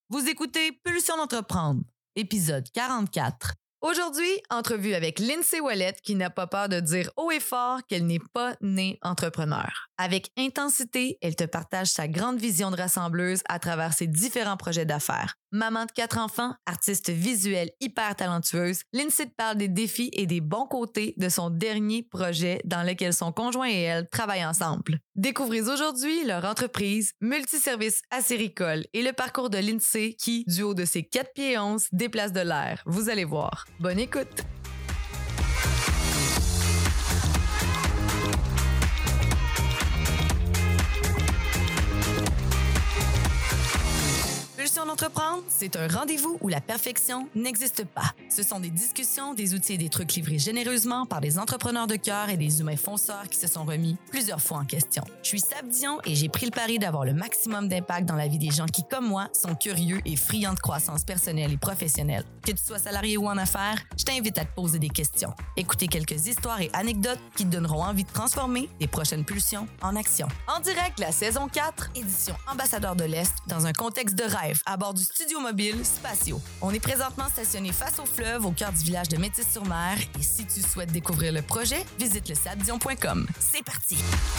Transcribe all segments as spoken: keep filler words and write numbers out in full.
Vous écoutez Pulsion d'entreprendre, épisode quarante-quatre. Aujourd'hui, entrevue avec Lindsay Ouellet qui n'a pas peur de dire haut et fort qu'elle n'est pas née entrepreneur. Avec intensité, elle te partage sa grande vision de rassembleuse à travers ses différents projets d'affaires. Maman de quatre enfants, artiste visuelle hyper talentueuse, Lindsay te parle des défis et des bons côtés de son dernier projet dans lequel son conjoint et elle travaillent ensemble. Découvrez aujourd'hui leur entreprise Multiservice Acéricole et le parcours de Lindsay qui, du haut de ses quatre pieds onze, déplace de l'air. Vous allez voir. Bonne écoute! Pulsion d'entreprendre, c'est un rendez-vous où la perfection n'existe pas. Ce sont des discussions, des outils et des trucs livrés généreusement par des entrepreneurs de cœur et des humains fonceurs qui se sont remis plusieurs fois en question. Je suis Sab Dion et j'ai pris le pari d'avoir le maximum d'impact dans la vie des gens qui, comme moi, sont curieux et friands de croissance personnelle et professionnelle. Que tu sois salarié ou en affaires, je t'invite à te poser des questions. Écouter quelques histoires et anecdotes qui te donneront envie de transformer tes prochaines pulsions en action. En direct, la saison quatre, édition Ambassadeur de l'Est, dans un contexte de rêve à bord du studio mobile Spatio. On est présentement stationné face au fleuve au cœur du village de Métis-sur-Mer et si tu souhaites découvrir le projet, visite le sabdion point com. C'est parti!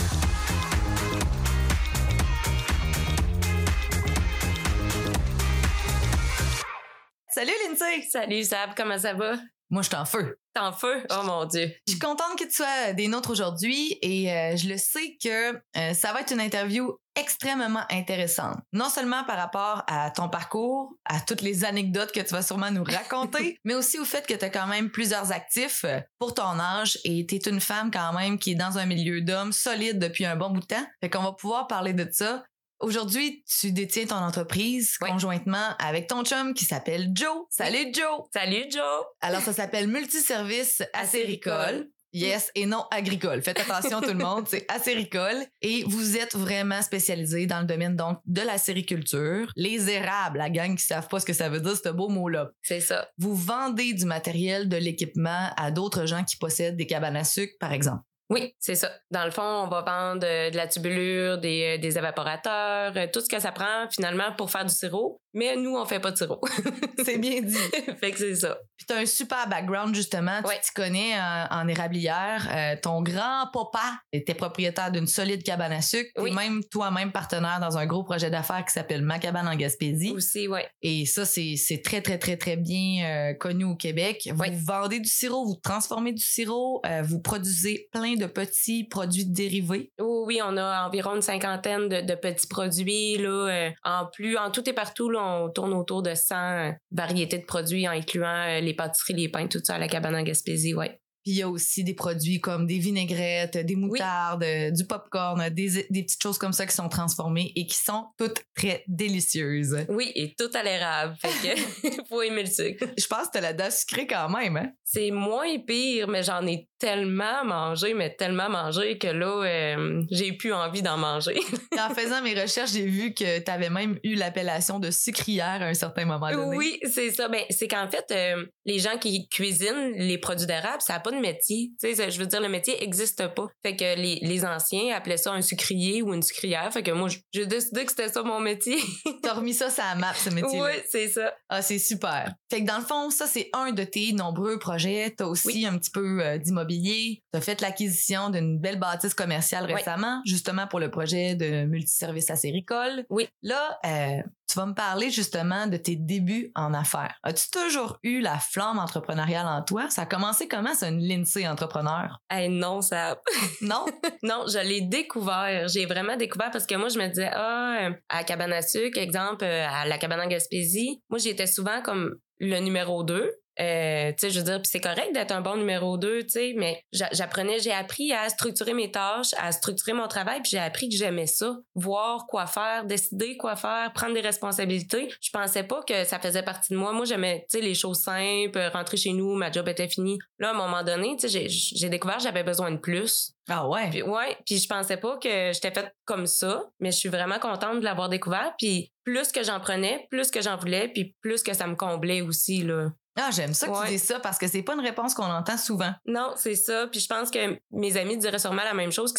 Salut Lindsay! Salut Sab, comment ça va? Moi, je suis en feu. T'es en feu? Oh mon Dieu! Je suis contente que tu sois des nôtres aujourd'hui et euh, je le sais que euh, ça va être une interview extrêmement intéressante. Non seulement par rapport à ton parcours, à toutes les anecdotes que tu vas sûrement nous raconter, mais aussi au fait que tu as quand même plusieurs actifs pour ton âge et tu es une femme quand même qui est dans un milieu d'hommes solide depuis un bon bout de temps. Fait qu'on va pouvoir parler de ça. Aujourd'hui, tu détiens ton entreprise oui. conjointement avec ton chum qui s'appelle Joe. Salut Joe! Salut Joe! Alors, ça s'appelle Multiservice Acéricole. Yes, et non agricole. Faites attention tout le monde, c'est acéricole. Et vous êtes vraiment spécialisé dans le domaine donc de la sériculture. Les érables, la gang qui savent pas ce que ça veut dire, ce beau mot-là. C'est ça. Vous vendez du matériel, de l'équipement à d'autres gens qui possèdent des cabanes à sucre, par exemple. Oui, c'est ça. Dans le fond, on va vendre de la tubulure, des, des évaporateurs, tout ce que ça prend finalement pour faire du sirop. Mais nous, on fait pas de sirop. C'est bien dit. Fait que c'est ça. Puis t'as un super background, justement. Ouais. Tu t'y connais en, en érablière. Euh, ton grand-papa était propriétaire d'une solide cabane à sucre. Oui. T'es même toi-même partenaire dans un gros projet d'affaires qui s'appelle Ma Cabane en Gaspésie. Aussi, oui. Et ça, c'est, c'est très, très, très, très bien euh, connu au Québec. Vous ouais. vendez du sirop, vous transformez du sirop, euh, vous produisez plein de petits produits dérivés. Oh, oui, on a environ une cinquantaine de, de petits produits. Là, euh, en plus, en tout et partout, là, on tourne autour de cent variétés de produits, en incluant euh, les pâtisseries, les pains, tout ça à la cabane en Gaspésie, ouais. Puis il y a aussi des produits comme des vinaigrettes, des moutardes, oui. du popcorn, des, des petites choses comme ça qui sont transformées et qui sont toutes très délicieuses. Oui, et tout à l'érable. Fait que faut aimer le sucre. Je pense que t'as la dent sucrée quand même, hein? C'est moins pire, mais j'en ai tellement mangé, mais tellement mangé que là, euh, j'ai plus envie d'en manger. En faisant mes recherches, j'ai vu que t'avais même eu l'appellation de sucrière à un certain moment donné. Oui, c'est ça. Ben, c'est qu'en fait, euh, les gens qui cuisinent les produits d'érable, ça n'a pas de métier. Tu sais, je veux dire, le métier existe pas. Fait que les, les anciens appelaient ça un sucrier ou une sucrière. Fait que moi, j'ai décidé que c'était ça mon métier. T'as remis ça sur la map, ce métier-là. Oui, c'est ça. Ah, c'est super. Fait que dans le fond, ça, c'est un de tes nombreux projets. T'as aussi oui. un petit peu euh, d'immobilier. T'as fait l'acquisition d'une belle bâtisse commerciale oui. récemment, justement pour le projet de Multiservice Acéricole. Oui. Là, euh, tu vas me parler justement de tes débuts en affaires. As-tu toujours eu la flamme entrepreneuriale en toi? Ça a commencé comment, c'est une Lindsay entrepreneur? Eh hey, non, ça... Non? Non, je l'ai découvert. J'ai vraiment découvert parce que moi, je me disais, ah, à la cabane à sucre, exemple, à la cabane en Gaspésie, moi, j'étais souvent comme le numéro deux. Euh, tu sais, je veux dire, puis c'est correct d'être un bon numéro deux, tu sais, mais j'apprenais, j'ai appris à structurer mes tâches, à structurer mon travail, puis j'ai appris que j'aimais ça, voir quoi faire, décider quoi faire, prendre des responsabilités. Je pensais pas que ça faisait partie de moi. Moi, j'aimais, tu sais, les choses simples, rentrer chez nous, ma job était finie. Là, à un moment donné, tu sais, j'ai, j'ai découvert que j'avais besoin de plus. Ah ouais? Puis, ouais, puis je pensais pas que j'étais faite comme ça, mais je suis vraiment contente de l'avoir découvert, puis plus que j'en prenais, plus que j'en voulais, puis plus que ça me comblait aussi, là. Ah, j'aime ça que ouais. tu dises ça parce que c'est pas une réponse qu'on entend souvent. Non, c'est ça. Puis je pense que mes amis diraient sûrement la même chose, qui sont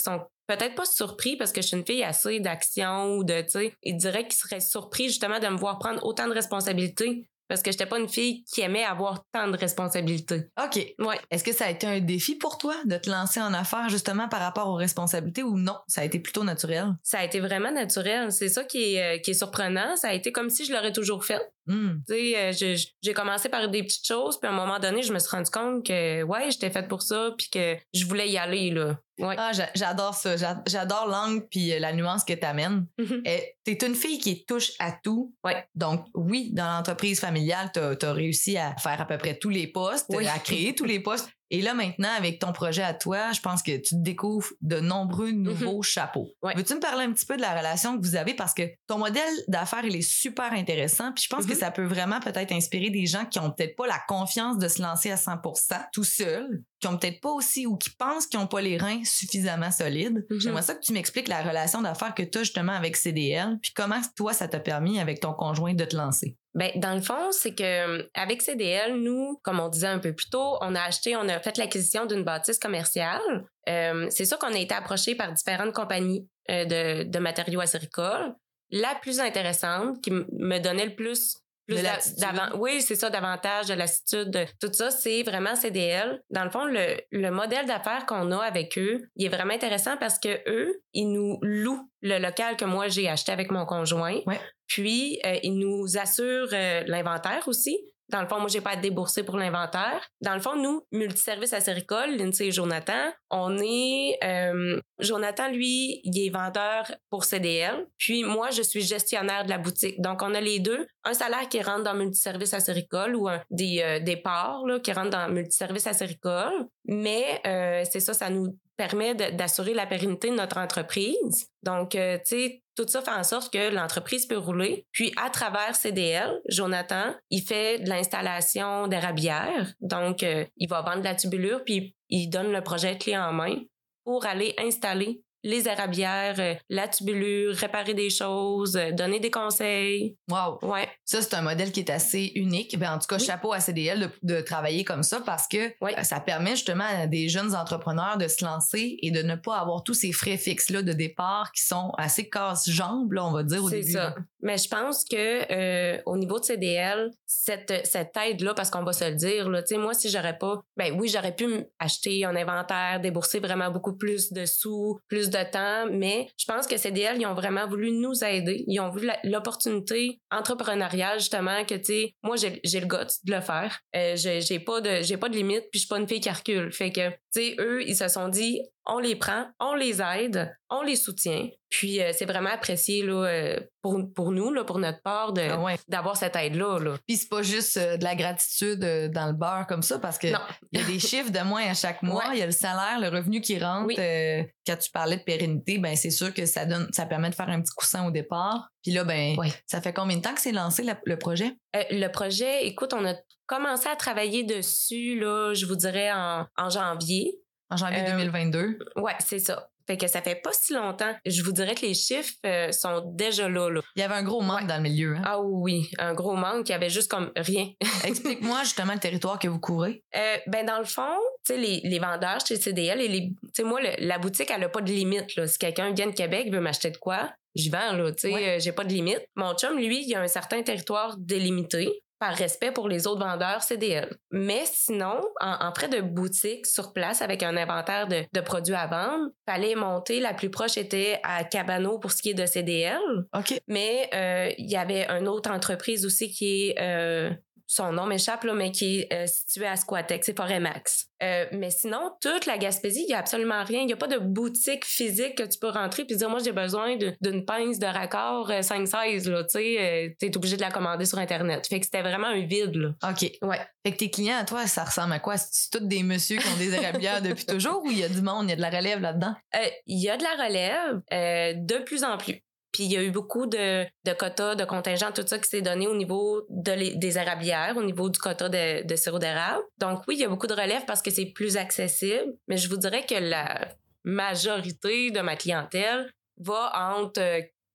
peut-être pas surpris parce que je suis une fille assez d'action ou de, tu sais, il dirait qu'il serait surpris justement de me voir prendre autant de responsabilités. Parce que j'étais pas une fille qui aimait avoir tant de responsabilités. OK. Ouais. Est-ce que ça a été un défi pour toi de te lancer en affaires justement par rapport aux responsabilités ou non? Ça a été plutôt naturel? Ça a été vraiment naturel. C'est ça qui est, euh, qui est surprenant. Ça a été comme si je l'aurais toujours fait. Mm. Tu sais, euh, je- j'ai commencé par des petites choses, puis à un moment donné, je me suis rendu compte que, ouais, j'étais faite pour ça, puis que je voulais y aller, là. Ouais. Ah, j'a- j'adore ça. J'a- J'adore l'angle puis euh, la nuance que t'amènes. Mhm. Eh, T'es une fille qui touche à tout. Ouais. Donc, oui, dans l'entreprise familiale, t'as as réussi à faire à peu près tous les postes, Oui. à créer tous les postes. Et là, maintenant, avec ton projet à toi, je pense que tu découvres de nombreux nouveaux chapeaux. Ouais. Veux-tu me parler un petit peu de la relation que vous avez? Parce que ton modèle d'affaires, il est super intéressant. Puis je pense que Mhm. ça peut vraiment peut-être inspirer des gens qui ont peut-être pas la confiance de se lancer à cent pour cent tout seul, qui ont peut-être pas aussi ou qui pensent qu'ils ont pas les reins suffisamment solides. Mhm. J'aimerais ça que tu m'expliques la relation d'affaires que tu as justement avec C D L, puis comment toi, ça t'a permis avec ton conjoint de te lancer. Ben, dans le fond, c'est que avec C D L, nous, comme on disait un peu plus tôt, on a acheté, on a fait l'acquisition d'une bâtisse commerciale. Euh, c'est sûr qu'on a été approché par différentes compagnies euh, de, de matériaux acéricoles. La plus intéressante, qui m- me donnait le plus plus De d'a- l'attitude. d'avant- oui, c'est ça, davantage de lassitude, de tout ça, c'est vraiment C D L. Dans le fond, le, le modèle d'affaires qu'on a avec eux, il est vraiment intéressant parce que eux, ils nous louent le local que moi j'ai acheté avec mon conjoint. Ouais. Puis, euh, ils nous assurent euh, l'inventaire aussi. Dans le fond, moi, j'ai pas à débourser pour l'inventaire. Dans le fond, nous, multiservice acéricole, Lindsay et Jonathan, on est... Euh, Jonathan, lui, il est vendeur pour C D L. Puis moi, je suis gestionnaire de la boutique. Donc, on a les deux. Un salaire qui rentre dans multiservice acéricole ou un, des, euh, des parts là, qui rentrent dans multiservice acéricole. Mais euh, c'est ça, ça nous permet de- d'assurer la pérennité de notre entreprise. Donc, euh, tu sais, tout ça fait en sorte que l'entreprise peut rouler. Puis, à travers C D L, Jonathan, il fait de l'installation d'érablières. Donc, euh, il va vendre de la tubulure, puis il donne le projet clé en main pour aller installer les érablières, euh, la tubulure, réparer des choses, euh, donner des conseils. Wow. Ouais, Ça, c'est un modèle qui est assez unique. Ben, en tout cas, Oui. chapeau à C D L de, de travailler comme ça parce que Oui. euh, ça permet justement à des jeunes entrepreneurs de se lancer et de ne pas avoir tous ces frais fixes-là de départ qui sont assez casse-jambes, là, on va dire, au c'est début. ça. Mais je pense que euh, au niveau de C D L, cette, cette aide-là, parce qu'on va se le dire, là, tu sais, moi, si j'aurais pas... Ben oui, j'aurais pu m- acheter un inventaire, débourser vraiment beaucoup plus de sous, plus de temps, mais je pense que C D L, ils ont vraiment voulu nous aider. Ils ont voulu la- l'opportunité entrepreneuriale, justement, que, tu sais, moi, j'ai, j'ai le goût de le faire. Euh, j'ai, j'ai pas de j'ai pas de limite, puis je suis pas une fille qui recule. Fait que, tu sais, eux, ils se sont dit... On les prend, on les aide, on les soutient. Puis euh, c'est vraiment apprécié là, euh, pour, pour nous, là, pour notre part, de, Ah ouais. d'avoir cette aide-là. Là. Puis c'est pas juste euh, de la gratitude euh, dans le beurre comme ça parce que Non. il y a des chiffres de moins à chaque mois, il Ouais. y a le salaire, le revenu qui rentre. Oui. euh, quand tu parlais de pérennité, ben c'est sûr que ça donne, ça permet de faire un petit coussin au départ. Puis là, ben Ouais. ça fait combien de temps que c'est lancé la- le projet? Euh, le projet, écoute, on a commencé à travailler dessus, là, je vous dirais, en, en janvier. En janvier Euh, deux mille vingt-deux. Ouais, c'est ça. Fait que ça fait pas si longtemps. Je vous dirais que les chiffres euh, sont déjà là, là. Il y avait un gros manque Ouais. dans le milieu. Hein? Ah oui, un gros manque. Il y avait juste comme rien. Explique-moi justement le territoire que vous couvrez. Euh, ben dans le fond, tu sais, les, les vendeurs chez C D L, et les, tu sais, moi, le- la boutique, elle a pas de limite, là. Si quelqu'un vient de Québec, veut m'acheter de quoi, j'y vends, là, tu sais, Ouais. euh, j'ai pas de limite. Mon chum, lui, il a un certain territoire délimité par respect pour les autres vendeurs C D L. Mais sinon, en, en frais de boutique sur place avec un inventaire de, de produits à vendre, fallait monter. La plus proche était à Cabano pour ce qui est de C D L. OK. Mais euh, il y avait une autre entreprise aussi qui est... euh, son nom m'échappe, là, mais qui est euh, située à Squatec, c'est Forêt Max. Euh, mais sinon, toute la Gaspésie, il n'y a absolument rien. Il n'y a pas de boutique physique que tu peux rentrer puis dire, moi, j'ai besoin de- d'une pince de raccord euh, cinq seize, là, tu sais, euh, t'es obligé de la commander sur Internet. Fait que c'était vraiment un vide, là. OK. Ouais. Fait que tes clients, à toi, ça ressemble à quoi? C'est tous des messieurs qui ont des érablières depuis toujours ou il y a du monde, il y a de la relève là-dedans? Euh, Il y a de la relève euh, de plus en plus. Puis il y a eu beaucoup de, de quotas, de contingents, tout ça qui s'est donné au niveau de les- des érablières, au niveau du quota de, de sirop d'érable. Donc oui, il y a beaucoup de relève parce que c'est plus accessible, mais je vous dirais que la majorité de ma clientèle va entre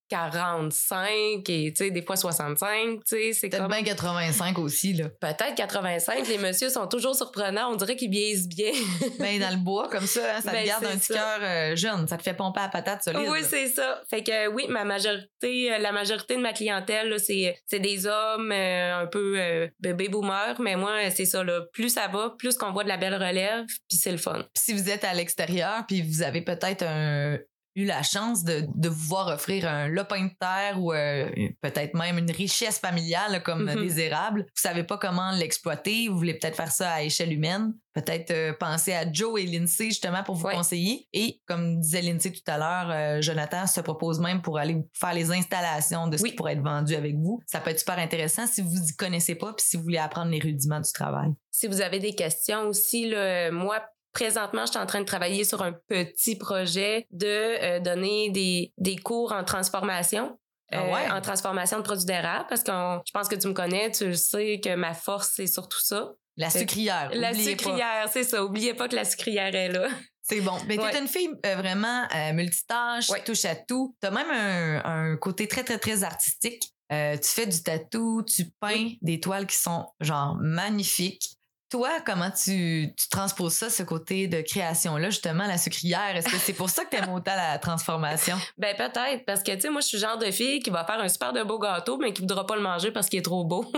quarante-cinq et, tu sais, des fois soixante-cinq, tu sais, c'est Peut-être comme... bien quatre-vingt-cinq aussi, là. Peut-être quatre-vingt-cinq. Les messieurs sont toujours surprenants. On dirait qu'ils vieillissent bien. Ben, dans le bois, comme ça, hein, ça Ben, te garde c'est un petit ça. cœur euh, jeune. Ça te fait pomper à la patate solide. Oui, là. c'est ça. Fait que, oui, ma majorité, euh, la majorité de ma clientèle, là, c'est, c'est des hommes euh, un peu euh, bébé boomers, mais moi, c'est ça, là. Plus ça va, plus qu'on voit de la belle relève, puis c'est le fun. Puis si vous êtes à l'extérieur, puis vous avez peut-être un... eu la chance de, de vous voir offrir un lopin de terre ou euh, peut-être même une richesse familiale là, comme Mm-hmm. désirable. Vous savez pas comment l'exploiter. Vous voulez peut-être faire ça à échelle humaine. Peut-être euh, penser à Joe et Lindsay justement pour vous Ouais. conseiller. Et comme disait Lindsay tout à l'heure, euh, Jonathan se propose même pour aller faire les installations de ce Oui. qui pourrait être vendu avec vous. Ça peut être super intéressant si vous y connaissez pas puis si vous voulez apprendre les rudiments du travail. Si vous avez des questions aussi, là, moi, présentement, je suis en train de travailler sur un petit projet de euh, donner des, des cours en transformation. Ah euh, ouais? En transformation de produits d'érable, parce que je pense que tu me connais, tu le sais que ma force, c'est surtout ça. La Fait- sucrière. La oubliez pas. sucrière, c'est ça. Oubliez pas que la sucrière est là. C'est bon. Mais t'es Ouais. une fille euh, vraiment euh, multitâche, Ouais. touche à tout. T'as même un, un côté très, très, très artistique. Euh, tu fais du tatou, tu peins Oui. des toiles qui sont genre magnifiques. Toi, comment tu, tu transposes ça, ce côté de création-là, justement, la sucrière? Est-ce que c'est pour ça que t'aimes autant la transformation? Ben peut-être, parce que, tu sais, moi, je suis le genre de fille qui va faire un super de beau gâteau, mais qui voudra pas le manger parce qu'il est trop beau.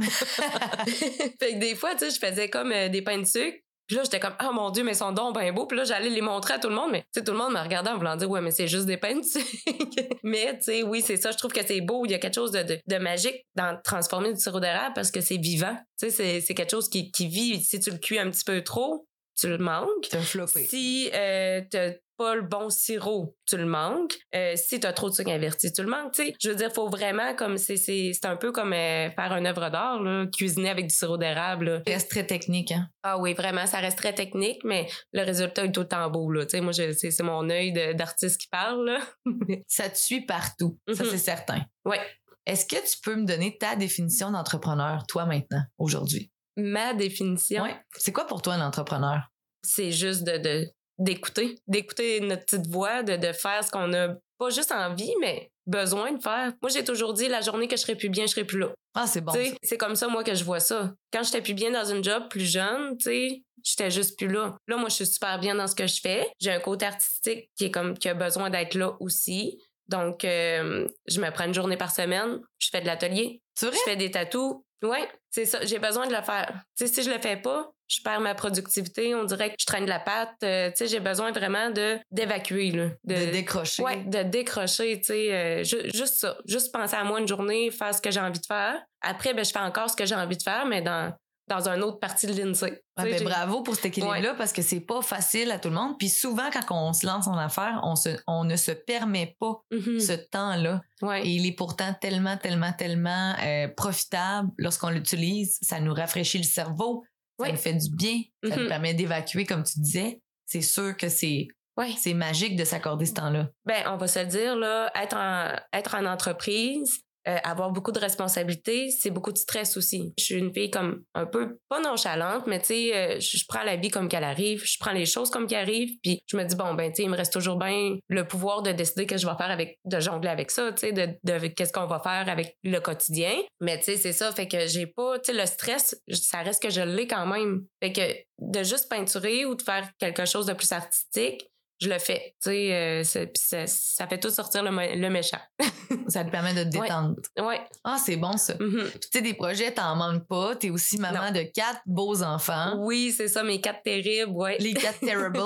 Fait que des fois, tu sais, je faisais comme euh, des pains de sucre. Puis là, j'étais comme, oh mon Dieu, mais ils sont donc bien beaux. Puis là, j'allais les montrer à tout le monde. Mais, tu sais, tout le monde me regardait en voulant dire, ouais, mais c'est juste des pains de sucre. Mais, tu sais, oui, c'est ça. Je trouve que c'est beau. Il y a quelque chose de, de, de magique dans transformer du sirop d'érable parce que c'est vivant. Tu sais, c'est, c'est quelque chose qui, qui vit. Si tu le cuis un petit peu trop, tu le manques. T'as floppé. Si euh, t'as pas le bon sirop, tu le manques. Euh, si t'as trop de sucre inverti, tu le manques. Tu sais, je veux dire, faut vraiment comme c'est c'est c'est un peu comme euh, faire une œuvre d'art là, cuisiner avec du sirop d'érable. Là. Ça reste très technique, hein? Ah oui, vraiment, ça reste très technique, mais le résultat est tout le temps beau là. Tu sais, moi, je, c'est c'est mon œil de- d'artiste qui parle là. Ça te suit partout. Ça, Mhm. c'est certain. Ouais. Est-ce que tu peux me donner ta définition d'entrepreneur, toi, maintenant, aujourd'hui? Ma définition, Ouais. C'est quoi pour toi un entrepreneur? c'est juste de, de d'écouter, d'écouter notre petite voix, de, de faire ce qu'on a pas juste envie, mais besoin de faire. Moi, j'ai toujours dit, la journée que je serai plus bien, je serai plus là. Ah, c'est bon. Tu sais, ça. c'est comme ça, moi, que je vois ça. Quand j'étais plus bien dans une job plus jeune, tu sais, j'étais juste plus là. Là, moi, je suis super bien dans ce que je fais. J'ai un côté artistique qui est comme, qui a besoin d'être là aussi. Donc, euh, je me prends une journée par semaine. Je fais de l'atelier. C'est vrai? Je fais des tatous. Ouais, c'est ça. J'ai besoin de le faire. Tu sais, si je le fais pas, je perds ma productivité. On dirait que je traîne de la patte. Euh, tu sais, j'ai besoin vraiment de d'évacuer, là. De décrocher. Ouais, de décrocher, tu sais. euh, ju- juste ça. Juste penser à moi une journée, faire ce que j'ai envie de faire. Après, ben, je fais encore ce que j'ai envie de faire, mais dans, dans une autre partie de l'INSEE. Ah, Tu sais, ben, j'ai- bravo pour cet équilibre-là Ouais. parce que c'est pas facile à tout le monde. Puis souvent, quand on se lance en affaires, on, se, on ne se permet pas Mhm. ce temps-là. Ouais. Et il est pourtant tellement, tellement, tellement euh, profitable lorsqu'on l'utilise. Ça nous rafraîchit le cerveau. Ça Ouais. nous fait du bien. Ça Mhm. nous permet d'évacuer, comme tu disais. C'est sûr que c'est, Ouais. c'est magique de s'accorder ce temps-là. Ben, on va se le dire, là, être en, être en entreprise, euh, avoir beaucoup de responsabilités, c'est beaucoup de stress aussi. Je suis une fille comme un peu, pas nonchalante, mais tu sais, euh, je, je prends la vie comme qu'elle arrive, je prends les choses comme qu'elles arrivent, puis je me dis, bon, ben, tu sais, il me reste toujours bien le pouvoir de décider que je vais faire avec, de jongler avec ça, tu sais, de, de qu'est-ce qu'on va faire avec le quotidien. Mais tu sais, c'est ça, fait que j'ai pas, tu sais, le stress, ça reste que je l'ai quand même. Fait que de juste peinturer ou de faire quelque chose de plus artistique, je le fais. Tu sais, euh, c'est- pis ça, ça fait tout sortir le, mo- le méchant. Ça te permet de te détendre. Ouais. Ah, c'est bon ça. Mhm. Puis tu sais, des projets, t'en manques pas. T'es aussi maman Non. de quatre beaux enfants. Oui, c'est ça, mes quatre terribles, ouais. Les quatre terrible.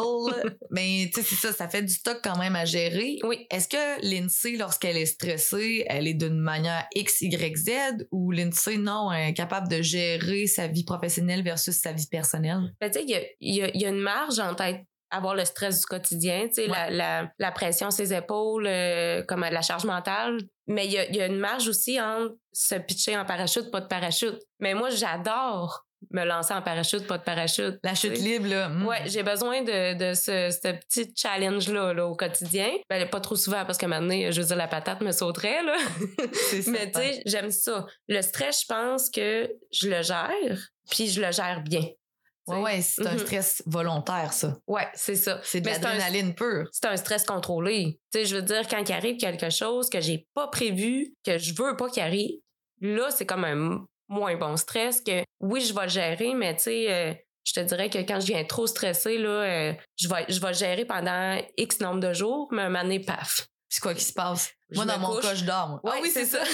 Mais tu sais, c'est ça, ça fait du stock quand même à gérer. Oui. Est-ce que Lindsay, lorsqu'elle est stressée, elle est d'une manière X, Y, Z ou Lindsay, non, elle est capable de gérer sa vie professionnelle versus sa vie personnelle? Ben, tu sais, il y a, il y, a, il y a une marge entre être- avoir le stress du quotidien, tu sais, la, Ouais. la, la pression sur ses épaules, euh, comme la charge mentale. Mais il y a, il y a une marge aussi entre se pitcher en parachute, pas de parachute. Mais moi, j'adore me lancer en parachute, pas de parachute. La chute tu sais. libre, là. mm. Ouais, j'ai besoin de, de ce, ce petit challenge-là là, au quotidien. Ben, pas trop souvent parce que maintenant, je veux dire, la patate me sauterait, là. C'est Mais tu certain. sais, j'aime ça. Le stress, je pense que je le gère, puis je le gère bien. Ouais, ouais, c'est un mm-hmm. stress volontaire, ça. Ouais, c'est ça. C'est de Mais l'adrénaline pure. C'est un stress contrôlé. Tu sais, je veux dire, quand il arrive quelque chose que j'ai pas prévu, que je veux pas qu'il arrive, là, c'est comme un moins bon stress que, oui, je vais le gérer, mais tu sais, euh, je te dirais que quand je viens trop stressée, là, euh, je vais, je vais le gérer pendant X nombre de jours, mais un moment donné, paf. C'est quoi qui se passe? Je Moi, dans mon couche. cas, je dors. Moi. Ouais, ah oui, c'est, c'est ça.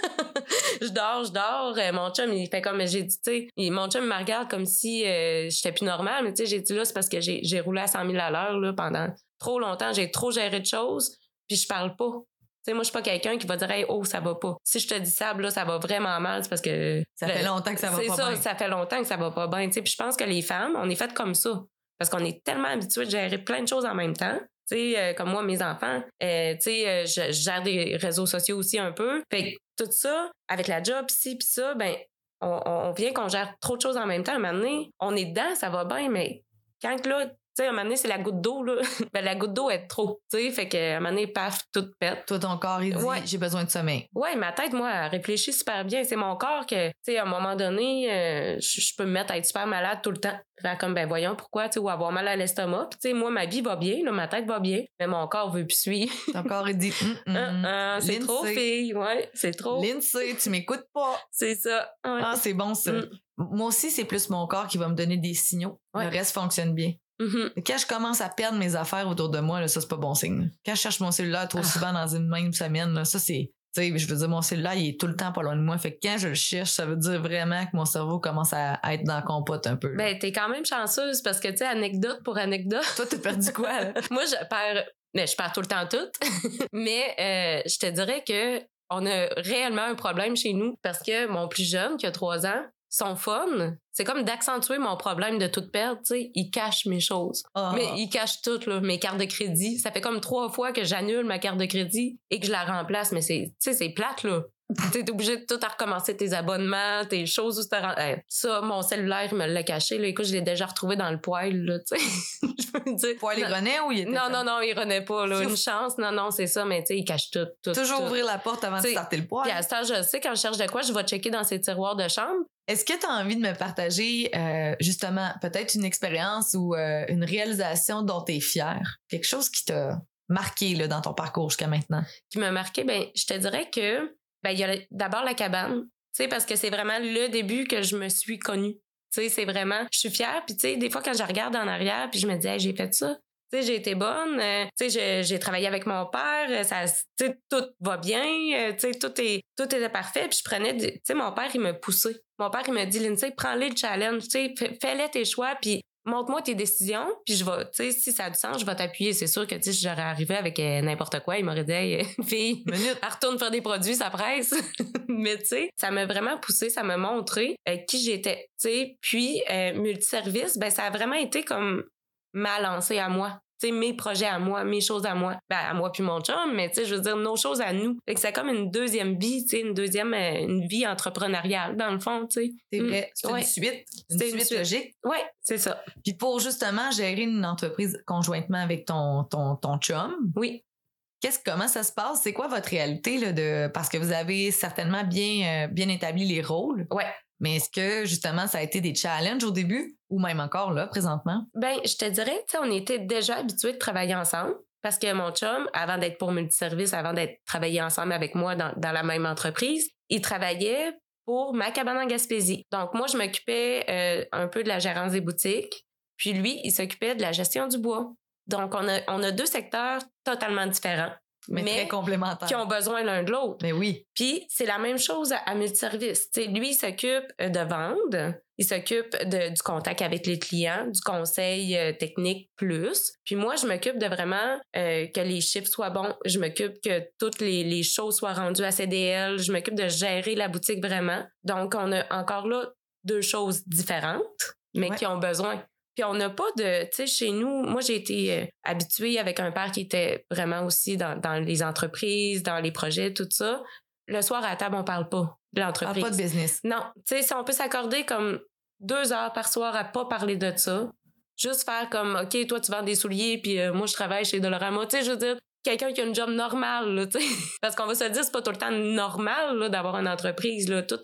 je dors, je dors. Euh, mon chum, il fait comme j'ai dit, tu sais, mon chum il me regarde comme si euh, j'étais plus normale, mais tu sais, j'ai dit là, c'est parce que j'ai, j'ai roulé à cent mille à l'heure là, pendant trop longtemps. J'ai trop géré de choses, puis je parle pas. Tu sais, moi, je suis pas quelqu'un qui va dire hey, oh, ça va pas. Si je te dis ça, là, ça va vraiment mal, c'est parce que. Ça fait longtemps que ça va c'est pas ça, bien. Ça fait longtemps que ça va pas bien. Tu sais, puis je pense que les femmes, on est faites comme ça. Parce qu'on est tellement habitués de gérer plein de choses en même temps. Tu sais, euh, comme moi, mes enfants, euh, tu sais, euh, je, je gère des réseaux sociaux aussi un peu. Fait que tout ça, avec la job, ci pis ça, ben, on, on vient qu'on gère trop de choses en même temps. Un moment donné, on est dedans, ça va bien, mais quand là, tu sais, un moment donné, c'est la goutte d'eau, là. Ben, la goutte d'eau est trop, tu sais, fait qu'à un moment donné, paf, tout pète. Toi, ton corps, il dit, ouais. j'ai besoin de sommeil. Ouais, ma tête, moi, elle réfléchit super bien. C'est mon corps que, tu sais, à un moment donné, euh, je peux me mettre à être super malade tout le temps. Faire comme, ben voyons pourquoi, tu sais, ou avoir mal à l'estomac. Puis, tu sais, moi, ma vie va bien, là, ma tête va bien, mais mon corps veut plus suivre. Ton corps, il dit, mm, mm, uh, uh, c'est trop, fille, ouais, c'est trop. Lindsay, tu m'écoutes pas. C'est ça. Ouais. Ah, c'est bon, ça. Mm. Moi aussi, c'est plus mon corps qui va me donner des signaux. Ouais. Le reste fonctionne bien. Mm-hmm. Quand je commence à perdre mes affaires autour de moi, là, ça, c'est pas bon signe. Quand je cherche mon cellulaire trop ah. souvent dans une même semaine, là, ça, c'est... Tu sais, je veux dire, mon cellulaire, il est tout le temps pas loin de moi. Fait que quand je le cherche, ça veut dire vraiment que mon cerveau commence à, à être dans la compote un peu. Là. Ben, t'es quand même chanceuse parce que, tu sais, anecdote pour anecdote. Toi, t'as perdu quoi, là? Moi, je perds... Mais je perds tout le temps tout. Mais euh, je te dirais que on a réellement un problème chez nous parce que mon plus jeune, qui a trois ans, son fun, c'est comme d'accentuer mon problème de tout perdre, tu sais. Il cache mes choses. Oh. Mais il cache tout, là, mes cartes de crédit. Ça fait comme trois fois que j'annule ma carte de crédit et que je la remplace. Mais c'est, tu sais, c'est plate, là. T'es obligé de tout à recommencer tes abonnements, tes choses où t'as... Hey, ça, mon cellulaire, il me l'a caché, là. Écoute, je l'ai déjà retrouvé dans le poêle, là, tu sais. Je peux dire. Poêle, il renaît ou il était... Non, non, non, il renaît pas, là. Une chance. Non, non, c'est ça, mais tu sais, il cache tout, tout. Toujours tout. ouvrir la porte avant t'sais, de starter le poêle. Puis à ce temps, je sais, quand je cherche de quoi, je vais checker dans ses tiroirs de chambre. Est-ce que tu as envie de me partager, euh, justement, peut-être une expérience ou euh, une réalisation dont tu es fière? Quelque chose qui t'a marqué là, dans ton parcours jusqu'à maintenant? Qui m'a marqué, ben je te dirais que ben il y a d'abord la cabane, tu sais, parce que c'est vraiment le début que je me suis connue. Tu sais, c'est vraiment, je suis fière, puis tu sais, des fois quand je regarde en arrière, puis je me dis, hey, j'ai fait ça. Tu sais, j'ai été bonne, euh, tu sais, j'ai, j'ai travaillé avec mon père, ça, tu sais, tout va bien, euh, tu sais, tout est, tout était parfait, puis je prenais, tu sais, mon père, il m'a poussé. Mon père, il m'a dit, Lindsay, prends-les le challenge, tu sais, fais-les tes choix, puis montre-moi tes décisions, puis je vais, tu sais, si ça a du sens, je vais t'appuyer. C'est sûr que, tu sais, si j'aurais arrivé avec euh, n'importe quoi, il m'aurait dit, hey, fille, minute, retourne faire des produits, ça presse. Mais, tu sais, ça m'a vraiment poussé, ça m'a montré euh, qui j'étais, tu sais, puis euh, multiservice, ben, ça a vraiment été comme ma lancée à moi. Tu sais, mes projets à moi, mes choses à moi. Ben, à moi puis mon chum, mais tu sais, je veux dire, nos choses à nous. Fait que c'est comme une deuxième vie, tu sais, une deuxième, euh, une vie entrepreneuriale, dans le fond, tu sais. C'est vrai. C'est ouais. une suite. Une c'est suite, une suite logique. Oui, c'est ça. Puis pour justement gérer une entreprise conjointement avec ton, ton, ton chum. Oui. Qu'est-ce, comment ça se passe? C'est quoi votre réalité, là, de, parce que vous avez certainement bien, euh, bien établi les rôles. Ouais. Mais est-ce que, justement, ça a été des challenges au début ou même encore là, présentement? Ben, je te dirais, tu sais, on était déjà habitués de travailler ensemble parce que mon chum, avant d'être pour multiservice, avant d'être travaillé ensemble avec moi dans, dans la même entreprise, il travaillait pour ma cabane en Gaspésie. Donc, moi, je m'occupais euh, un peu de la gérance des boutiques, puis lui, il s'occupait de la gestion du bois. Donc, on a, on a deux secteurs totalement différents. Mais, mais très complémentaires. Qui ont besoin l'un de l'autre. Mais oui. Puis, c'est la même chose à, à multiservice. T'sais, lui, il s'occupe de vendre, il s'occupe de, du contact avec les clients, du conseil euh, technique plus. Puis moi, je m'occupe de vraiment euh, que les chiffres soient bons. Je m'occupe que toutes les, les choses soient rendues à C D L. Je m'occupe de gérer la boutique vraiment. Donc, on a encore là deux choses différentes, mais ouais. qui ont besoin. Puis on n'a pas de, tu sais, chez nous, moi j'ai été euh, habituée avec un père qui était vraiment aussi dans, dans les entreprises, dans les projets, tout ça. Le soir à la table, on parle pas de l'entreprise. Parle pas de business. Non, tu sais, si on peut s'accorder comme deux heures par soir à pas parler de ça, juste faire comme, OK, toi tu vends des souliers, puis euh, moi je travaille chez Dolorama, tu sais, je veux dire, quelqu'un qui a une job normale, là, tu sais. Parce qu'on va se dire, c'est pas tout le temps normal là, d'avoir une entreprise, là. Tout est,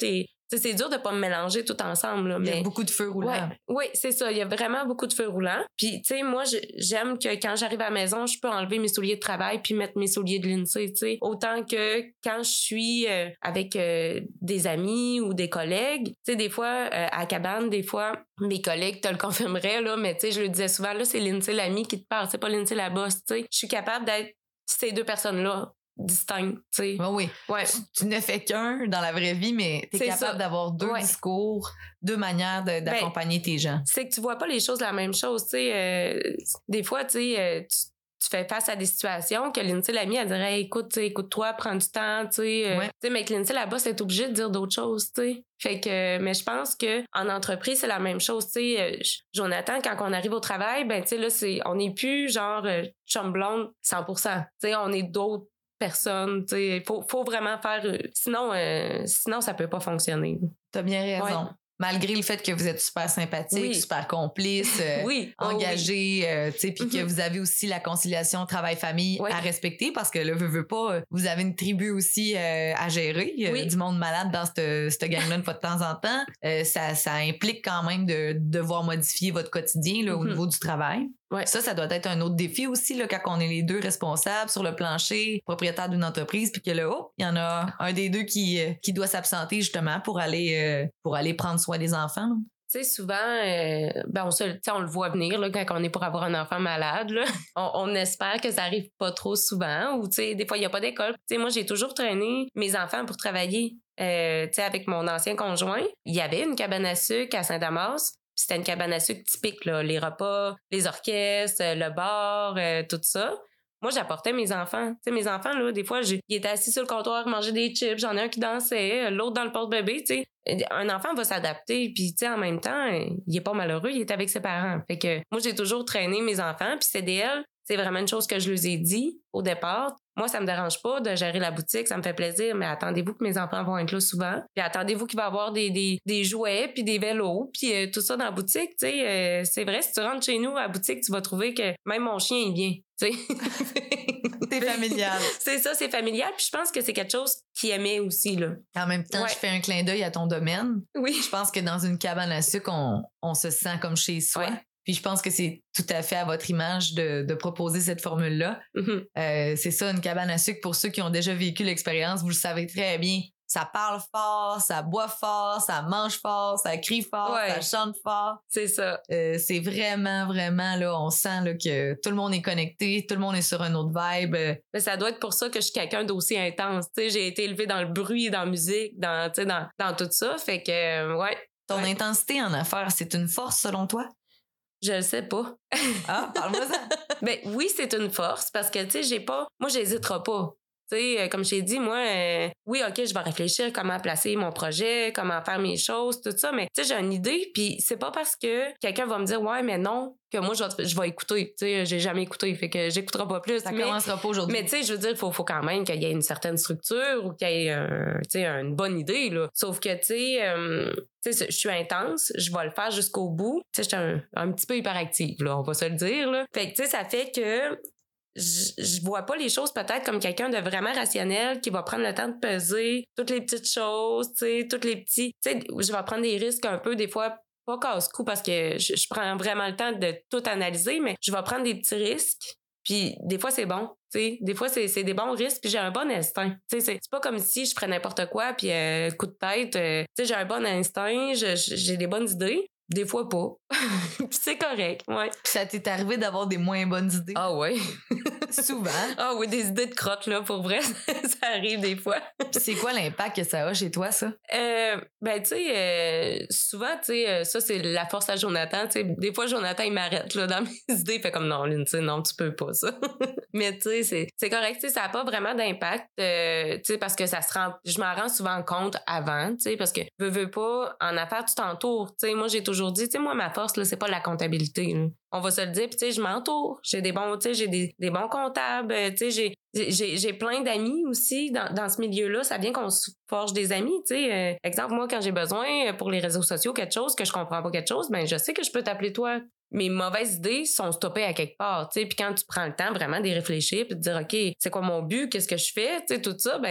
Tu sais, c'est dur de pas me mélanger tout ensemble, là, Il y mais... a beaucoup de feux roulants. Ouais, oui, c'est ça. Il y a vraiment beaucoup de feux roulants. Puis, tu sais, moi, je- j'aime que quand j'arrive à la maison, je peux enlever mes souliers de travail puis mettre mes souliers de Lindsay, tu sais. Autant que quand je suis euh, avec euh, des amis ou des collègues, tu sais, des fois, euh, à la cabane, des fois, mes collègues te le confirmeraient, là, mais tu sais, je le disais souvent, là, c'est Lindsay l'ami qui te parle, c'est pas Lindsay la boss, tu sais. Je suis capable d'être ces deux personnes-là distinctes, tu sais. Ben oui. Ouais. Tu, tu ne fais qu'un dans la vraie vie, mais tu es C'est capable ça. d'avoir deux Ouais. discours, deux manières de- d'accompagner tes gens. C'est que tu vois pas les choses de la même chose, tu sais. Euh, des fois, tu sais, euh, tu, tu fais face à des situations que Lindsay, l'amie, elle dirait, hey, écoute, tu sais, écoute-toi, prends du temps, tu sais. Euh, Ouais. tu sais, mais que Lindsay, là-bas, c'est obligé de dire d'autres choses, tu sais. Fait que, mais je pense que en entreprise, c'est la même chose, tu sais. Euh, Jonathan, quand on arrive au travail, ben, tu sais, là, c'est, on n'est plus genre euh, chum blonde cent pour cent. Tu sais, on est d'autres personnes, tu sais. Faut, faut vraiment faire. Euh, sinon, euh, sinon, ça peut pas fonctionner. T'as bien raison. Ouais. Malgré le fait que vous êtes super sympathique, Oui. super complice, euh, Oui. Oh, engagé, euh, tu sais, puis que Mhm. vous avez aussi la conciliation travail-famille Ouais. à respecter parce que là, veux, veux pas, euh, vous avez une tribu aussi euh, à gérer, euh, Oui. du monde malade dans cette, cette gang-là une fois de temps en temps. Euh, ça, ça implique quand même de, de devoir modifier votre quotidien là, au Mhm. niveau du travail. Ouais. Ça, ça doit être un autre défi aussi là, quand on est les deux responsables sur le plancher, propriétaire d'une entreprise, puis que là, oh, il y en a un des deux qui, euh, qui doit s'absenter justement pour aller, euh, pour aller prendre soin des enfants. là. Tu sais, souvent, euh, ben on, se, tu sais, on le voit venir là, quand on est pour avoir un enfant malade. Là. On, on espère que ça arrive pas trop souvent. Ou, tu sais, des fois, il n'y a pas d'école. Tu sais, moi, j'ai toujours traîné mes enfants pour travailler. Euh, tu sais, avec mon ancien conjoint, il y avait une cabane à sucre à Saint-Damas. Puis c'était une cabane à sucre typique, là. Les repas, les orchestres, le bar, euh, tout ça. Moi, j'apportais mes enfants. Tu sais, mes enfants, là, des fois, j'ai- ils étaient assis sur le comptoir, mangeaient des chips. J'en ai un qui dansait, l'autre dans le porte-bébé, tu sais. Un enfant va s'adapter, puis tu sais, en même temps, il est pas malheureux, il est avec ses parents. Fait que moi, j'ai toujours traîné mes enfants, puis C D L, c'est vraiment une chose que je leur ai dit au départ. Moi, ça me dérange pas de gérer la boutique, ça me fait plaisir, mais attendez-vous que mes enfants vont être là souvent. Puis attendez-vous qu'il va y avoir des, des, des jouets, puis des vélos, puis euh, tout ça dans la boutique, tu sais. Euh, c'est vrai, si tu rentres chez nous à la boutique, tu vas trouver que même mon chien, il vient, tu sais. C'est familial. C'est ça, c'est familial, puis je pense que c'est quelque chose qu'il aimait aussi, là. En même temps, Ouais. je fais un clin d'œil à ton domaine. Oui. Je pense que dans une cabane à sucre, on, on se sent comme chez soi. Ouais. Puis je pense que c'est tout à fait à votre image de, de proposer cette formule-là. Mhm. Euh, c'est ça, une cabane à sucre, pour ceux qui ont déjà vécu l'expérience, vous le savez très bien. Ça parle fort, ça boit fort, ça mange fort, ça crie fort, Ouais. ça chante fort. C'est ça. Euh, c'est vraiment, vraiment, là, on sent là, que tout le monde est connecté, tout le monde est sur un autre vibe. Euh, Mais ça doit être pour ça que je suis quelqu'un d'aussi intense. Tu sais, j'ai été élevée dans le bruit, dans la musique, dans, tu sais, dans, dans tout ça. Fait que, euh, ouais, Ton Ouais. intensité en affaires, c'est une force selon toi? je le sais pas. Ah, parle-moi ça. Ben oui, c'est une force parce que, tu sais, j'ai pas... Moi, j'hésiterai pas. Tu sais, euh, comme je t'ai dit, moi, euh, oui, OK, je vais réfléchir comment placer mon projet, comment faire mes choses, tout ça, mais tu sais, j'ai une idée, puis c'est pas parce que quelqu'un va me dire « Ouais, mais non », que moi, je vais, je vais écouter. Tu sais, j'ai jamais écouté, fait que j'écouterai pas plus. Ça mais, commencera pas aujourd'hui. mais tu sais, je veux dire, il faut, faut quand même qu'il y ait une certaine structure ou qu'il y ait un, tu sais, une bonne idée, là. Sauf que, tu sais, euh, tu sais, je suis intense, je vais le faire jusqu'au bout. Tu sais, je suis un, un petit peu hyperactive, là, on va se le dire, là. Fait que, tu sais, ça fait que je, je vois pas les choses peut-être comme quelqu'un de vraiment rationnel qui va prendre le temps de peser toutes les petites choses, tu sais, toutes les petits... Tu sais, je vais prendre des risques un peu, des fois, pas casse-cou parce que je, je prends vraiment le temps de tout analyser, mais je vais prendre des petits risques. Puis des fois, c'est bon. Tu sais, des fois, c'est, c'est des bons risques, puis j'ai un bon instinct. Tu sais, c'est, c'est pas comme si je ferais n'importe quoi, puis euh, coup de tête. Euh, tu sais, j'ai un bon instinct, je, je- j'ai des bonnes idées. Des fois pas. Puis c'est correct, ouais. Puis ça t'est arrivé d'avoir des moins bonnes idées? Ah ouais. Souvent. Ah oui, des idées de crotte, là, pour vrai. Ça arrive des fois. Puis c'est quoi l'impact que ça a chez toi, ça? Euh, ben, tu sais, euh, souvent, tu sais, euh, ça, c'est la force à Jonathan. Tu sais, des fois, Jonathan, il m'arrête, là, dans mes idées. Il fait comme, non, Lindsay, non, tu peux pas, ça. Mais, tu sais, c'est, c'est correct, tu sais, ça n'a pas vraiment d'impact, euh, tu sais, parce que ça se rend, je m'en rends souvent compte avant, tu sais, parce que, veux, veux pas, en affaires, tu t'entoures. Tu sais, moi, j'ai toujours dit, tu sais, moi, ma force, là, c'est pas la comptabilité, là. On va se le dire, puis tu sais, je m'entoure. J'ai des bons, tu sais, j'ai des, des bons comptables, euh, tu sais, j'ai, j'ai, j'ai plein d'amis aussi dans, dans ce milieu-là. Ça vient qu'on se forge des amis, tu sais. Euh, exemple, moi, quand j'ai besoin pour les réseaux sociaux, quelque chose, que je comprends pas quelque chose, ben je sais que je peux t'appeler toi. Mes mauvaises idées sont stoppées à quelque part, tu sais. Puis quand tu prends le temps vraiment d'y réfléchir puis de dire, OK, c'est quoi mon but, qu'est-ce que je fais, tu sais, tout ça, ben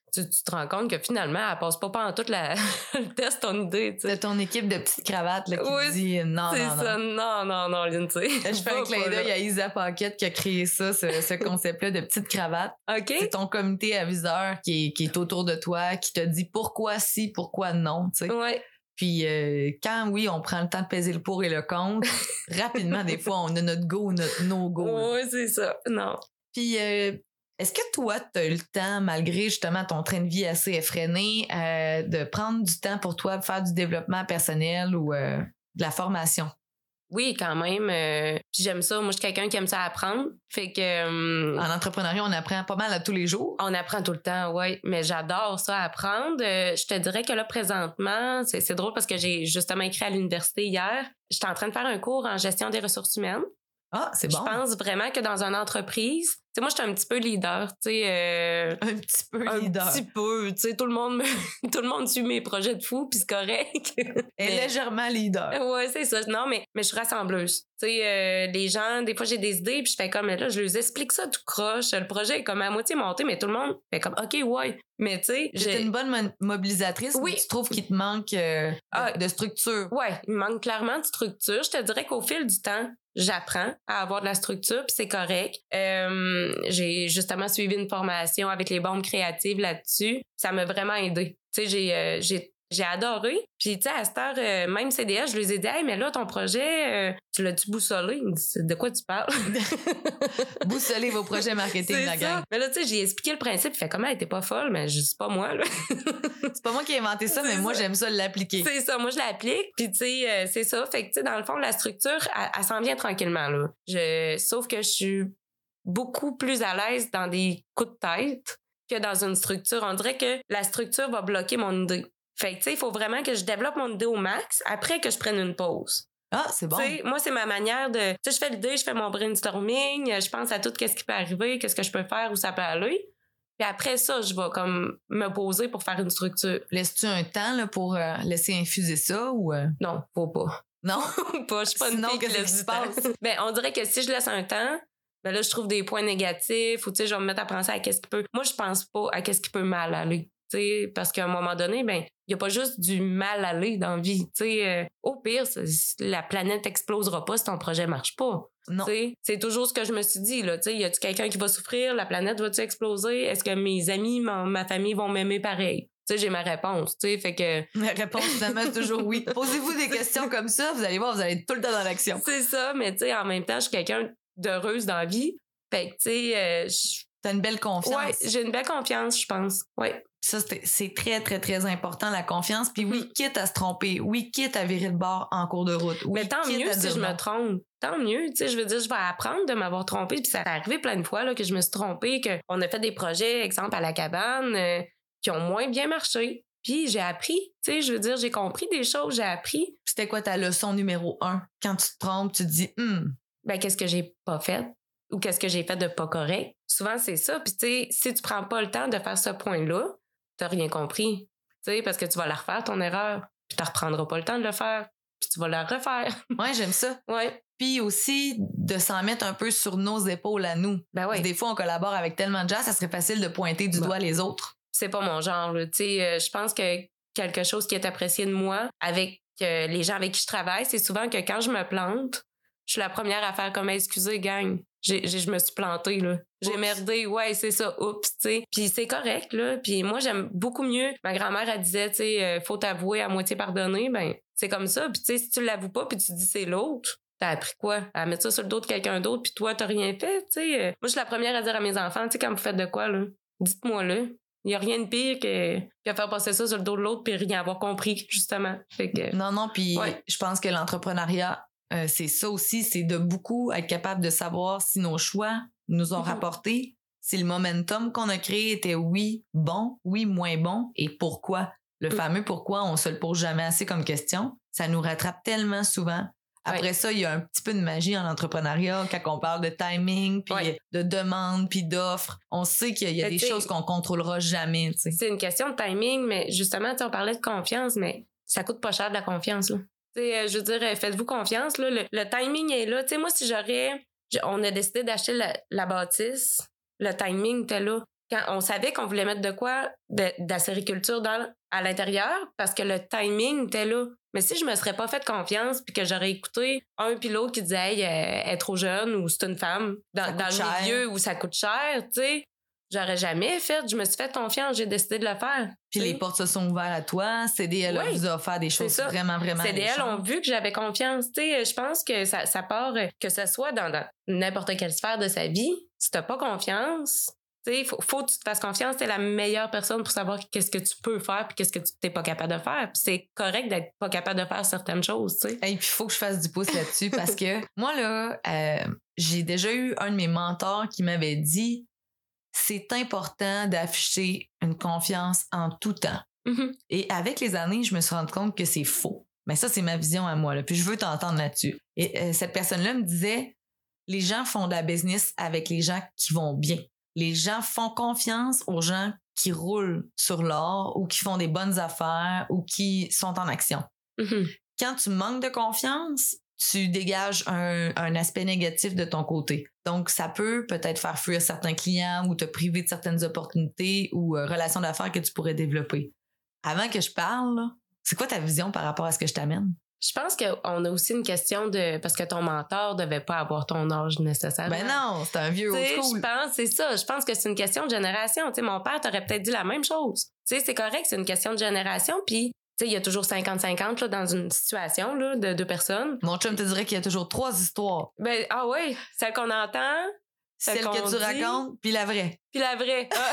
tu, tu te rends compte que finalement, elle passe pas pendant toute la, le test, ton idée, tu sais. C'est ton équipe de petites cravates là, qui Oui, te dit non, c'est non, ça, non. non, non, non, Lindsay. Je fais un clin d'œil à Isa Paquette qui a créé ça, ce, ce concept-là de petites cravates. OK. C'est ton comité aviseur qui est, qui est autour de toi, qui te dit pourquoi si, pourquoi non, tu sais. Ouais. Puis euh, quand, oui, on prend le temps de peser le pour et le contre, rapidement, des fois, on a notre go ou notre no-go. Oui, c'est ça. Non. Puis, euh, est-ce que toi, tu as eu le temps, malgré justement ton train de vie assez effréné, euh, de prendre du temps pour toi, de faire du développement personnel ou euh, de la formation? Oui, quand même. Euh, puis j'aime ça. Moi, je suis quelqu'un qui aime ça apprendre. Fait que... Euh, En entrepreneuriat, on apprend pas mal à tous les jours. On apprend tout le temps, oui. Mais j'adore ça, apprendre. Euh, je te dirais que là, présentement, c'est, c'est drôle parce que j'ai justement écrit à l'université hier. J'étais en train de faire un cours en gestion des ressources humaines. Ah, c'est bon. Je pense vraiment que dans une entreprise, tu sais, moi, je suis un petit peu leader, tu sais. Euh, un petit peu un leader. Un petit peu, tu sais, tout le monde me, tout le monde suit mes projets de fou, puis c'est correct. Elle est légèrement leader. Ouais, c'est ça. Non, mais, mais je suis rassembleuse. Tu sais, euh, les gens, des fois, j'ai des idées, puis je fais comme, là, je leur explique ça tout croche. Le projet est comme à moitié monté, mais tout le monde fait comme, OK, ouais. Mais tu sais, j'ai une bonne mo- mobilisatrice. Oui. Mais tu trouves qu'il te manque euh, ah, de, de structure? Ouais, il me manque clairement de structure. Je te dirais qu'au fil du temps, j'apprends à avoir de la structure, puis c'est correct. Euh, j'ai justement suivi une formation avec les bombes créatives là-dessus. Ça m'a vraiment aidé. Tu sais, j'ai, euh, j'ai, j'ai adoré. Puis, tu sais, à cette heure, euh, même C D S, je lui ai dit, hey, mais là, ton projet, euh, tu l'as-tu boussolé? Il me dit, de quoi tu parles? Boussoler vos projets marketing, c'est la ça. gang. Mais là, tu sais, j'ai expliqué le principe. Il fait, comment elle était pas folle? Mais je sais pas moi, là. C'est pas moi qui ai inventé ça, c'est mais ça. moi, j'aime ça l'appliquer. C'est ça. Moi, je l'applique. Puis, tu sais, euh, c'est ça. Fait que, tu sais, dans le fond, la structure, elle, elle s'en vient tranquillement, là. Je, sauf que je suis beaucoup plus à l'aise dans des coups de tête que dans une structure. On dirait que la structure va bloquer mon idée. Fait que, tu sais, il faut vraiment que je développe mon idée au max après que je prenne une pause. Ah, c'est bon. T'sais, moi, c'est ma manière de... Tu sais, je fais l'idée, je fais mon brainstorming, je pense à tout ce qui peut arriver, qu'est-ce que je peux faire, où ça peut aller. Puis après ça, je vais comme me poser pour faire une structure. Laisses-tu un temps là, pour euh, laisser infuser ça ou... Euh... Non, faut pas. Non? pas. Je suis pas une Sinon, fille qui qu'est-ce laisse qui du se temps. passe? Ben, on dirait que si je laisse un temps, ben là, je trouve des points négatifs ou, tu sais, je vais me mettre à penser à qu'est-ce qui peut... Moi, je pense pas à qu'est-ce qui peut mal aller. T'sais, parce qu'à un moment donné, ben, il n'y a pas juste du mal aller dans la vie. Euh, au pire, la planète explosera pas si ton projet marche pas. Non. T'sais, c'est toujours ce que je me suis dit. Là, y a-tu quelqu'un qui va souffrir? La planète va-tu exploser? Est-ce que mes amis, ma, ma famille vont m'aimer pareil? T'sais, j'ai ma réponse. Fait que... La réponse, finalement, c'est toujours oui. Posez-vous des questions comme ça, vous allez voir, vous allez être tout le temps dans l'action. C'est ça, mais en même temps, je suis quelqu'un d'heureuse dans la vie. Fait que, tu sais... Euh, T'as une belle confiance. Ouais, j'ai une belle confiance, je pense. Ouais. Ça, c'est, c'est très, très, très important, la confiance. Puis oui, quitte à se tromper. Oui, quitte à virer le bord en cours de route. Oui, mais tant mieux si je non. me trompe. Tant mieux. Tu sais, je veux dire, je vais apprendre de m'avoir trompée. Puis ça est arrivé plein de fois là, que je me suis trompée, qu'on a fait des projets, exemple, à la cabane, euh, qui ont moins bien marché. Puis j'ai appris. Tu sais, je veux dire, j'ai compris des choses, j'ai appris. C'était quoi ta leçon numéro un? Quand tu te trompes, tu te dis, hum. Ben, qu'est-ce que j'ai pas fait? Ou qu'est-ce que j'ai fait de pas correct. Souvent, c'est ça. Puis, tu sais, si tu prends pas le temps de faire ce point-là, t'as rien compris. Tu sais, parce que tu vas la refaire, ton erreur. Puis, tu reprendras pas le temps de le faire. Puis, tu vas la refaire. Ouais, j'aime ça. Ouais. Puis aussi, de s'en mettre un peu sur nos épaules à nous. Ben ouais. Des fois, on collabore avec tellement de gens, ça serait facile de pointer du ben. doigt les autres. C'est pas mon genre, là. Tu sais, euh, je pense que quelque chose qui est apprécié de moi avec euh, les gens avec qui je travaille, c'est souvent que quand je me plante, je suis la première à faire comme, excusez, gang. J'ai, j'ai, je me suis plantée, là. J'ai Oups. merdé, ouais, c'est ça, oups, tu sais. Puis c'est correct, là. Puis moi, j'aime beaucoup mieux. Ma grand-mère, elle disait, tu sais, euh, faut t'avouer à moitié pardonner. Ben, c'est comme ça. Puis tu sais, si tu l'avoues pas, puis tu dis c'est l'autre, t'as appris quoi? À mettre ça sur le dos de quelqu'un d'autre, puis toi, t'as rien fait, tu sais. Moi, je suis la première à dire à mes enfants, tu sais, quand vous faites de quoi, là, dites-moi-le. Il y a rien de pire que, que faire passer ça sur le dos de l'autre, puis rien avoir compris, justement. Fait que, non, non, puis ouais. je pense que l'entrepreneuriat, Euh, c'est ça aussi, c'est de beaucoup être capable de savoir si nos choix nous ont mm-hmm. rapporté, si le momentum qu'on a créé était oui, bon, oui, moins bon, et pourquoi. Le mm-hmm. fameux pourquoi, on se le pose jamais assez comme question. Ça nous rattrape tellement souvent. Après ouais. ça, il y a un petit peu de magie en entrepreneuriat quand on parle de timing, puis ouais. de demande, puis d'offres. On sait qu'il y a, il y a des choses qu'on contrôlera jamais. T'sais. C'est une question de timing, mais justement, on parlait de confiance, mais ça coûte pas cher de la confiance, là. T'sais, je veux dire, faites-vous confiance, là. Le, le timing est là. T'sais, moi, si j'aurais... On a décidé d'acheter la, la bâtisse, le timing était là. quand on savait qu'on voulait mettre de quoi de, de la sériculture dans, à l'intérieur parce que le timing était là. Mais si je me serais pas fait confiance puis que j'aurais écouté un puis l'autre qui disait hey, elle est trop jeune ou c'est une femme dans, dans le milieu où ça coûte cher, tu sais, j'aurais jamais fait. Je me suis fait confiance, j'ai décidé de le faire. Puis les portes se sont ouvertes à toi. C D L oui, vous a offert des choses vraiment, vraiment C D L ont vu que j'avais confiance. Tu sais, je pense que ça, ça part, que ce soit dans, dans n'importe quelle sphère de sa vie, si t'as pas confiance... Il faut, faut que tu te fasses confiance. Tu es la meilleure personne pour savoir qu'est-ce que tu peux faire puis qu'est-ce que tu n'es pas capable de faire. Puis c'est correct d'être pas capable de faire certaines choses. Et puis il faut que je fasse du pouce là-dessus parce que moi, là, euh, j'ai déjà eu un de mes mentors qui m'avait dit c'est important d'afficher une confiance en tout temps. Mm-hmm. Et avec les années, je me suis rendu compte que c'est faux. Mais ça, c'est ma vision à moi. Là. Puis je veux t'entendre là-dessus. Et euh, cette personne-là me disait les gens font de la business avec les gens qui vont bien. Les gens font confiance aux gens qui roulent sur l'or ou qui font des bonnes affaires ou qui sont en action. Mm-hmm. Quand tu manques de confiance, tu dégages un, un aspect négatif de ton côté. Donc, ça peut peut-être faire fuir certains clients ou te priver de certaines opportunités ou euh, relations d'affaires que tu pourrais développer. Avant que je parle, là, c'est quoi ta vision par rapport à ce que je t'amène? Je pense qu'on a aussi une question de... Parce que ton mentor devait pas avoir ton âge nécessairement. Ben non, c'est un vieux old school. Je pense, c'est ça. Je pense que c'est une question de génération. T'sais, mon père t'aurait peut-être dit la même chose. T'sais, c'est correct, c'est une question de génération. Puis, il y a toujours cinquante cinquante là, dans une situation là, de deux personnes. Mon chum te dirait qu'il y a toujours trois histoires. Ben, ah oui, celle qu'on entend... Celle, Celle que tu dit, racontes, puis la vraie. Puis la vraie. Ah.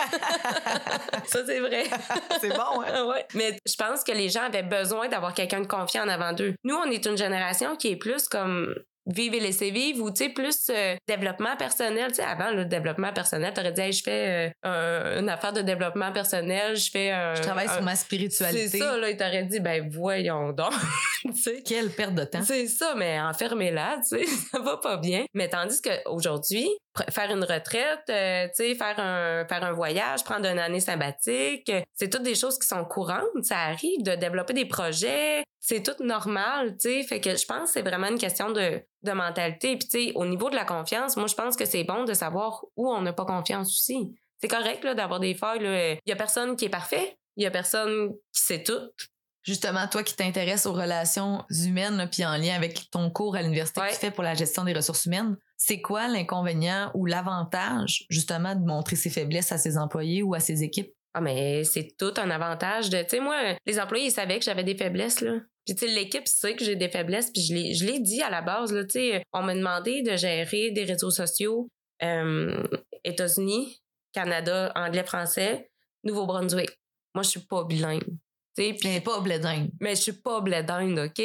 Ça, c'est vrai. C'est bon, hein? Ouais. Mais je pense que les gens avaient besoin d'avoir quelqu'un de confiant en avant d'eux. Nous, on est une génération qui est plus comme vivre et laisser vivre ou, tu sais, plus euh, développement personnel. Tu sais, avant, le développement personnel, t'aurais dit, hey, je fais euh, un, une affaire de développement personnel, je fais un... Je travaille un, sur ma spiritualité. C'est ça, là, il t'aurait dit, ben, voyons donc. Tu sais. Quelle perte de temps. C'est ça, mais enfermez-la, tu sais, ça va pas bien. Mais tandis qu'aujourd'hui, faire une retraite, euh, tu sais, faire un, faire un voyage, prendre une année sabbatique, c'est toutes des choses qui sont courantes. Ça arrive de développer des projets. C'est tout normal, tu sais. Fait que je pense que c'est vraiment une question de, de mentalité. Puis, tu sais, au niveau de la confiance, moi, je pense que c'est bon de savoir où on n'a pas confiance aussi. C'est correct, là, d'avoir des failles, là. Il y a personne qui est parfait. Il y a personne qui sait tout. Justement, toi qui t'intéresses aux relations humaines, puis en lien avec ton cours à l'université ouais. que tu fais pour la gestion des ressources humaines, c'est quoi l'inconvénient ou l'avantage, justement, de montrer ses faiblesses à ses employés ou à ses équipes? Ah, mais c'est tout un avantage de... Tu sais, moi, les employés, ils savaient que j'avais des faiblesses, là. Puis, tu sais, l'équipe sait que j'ai des faiblesses, puis je l'ai, je l'ai dit à la base, là. Tu sais, on m'a demandé de gérer des réseaux sociaux euh, États-Unis, Canada, anglais, français, Nouveau-Brunswick. Moi, je suis pas bilingue. Puis, mais pas blédinde. Mais je suis pas blédinde, OK?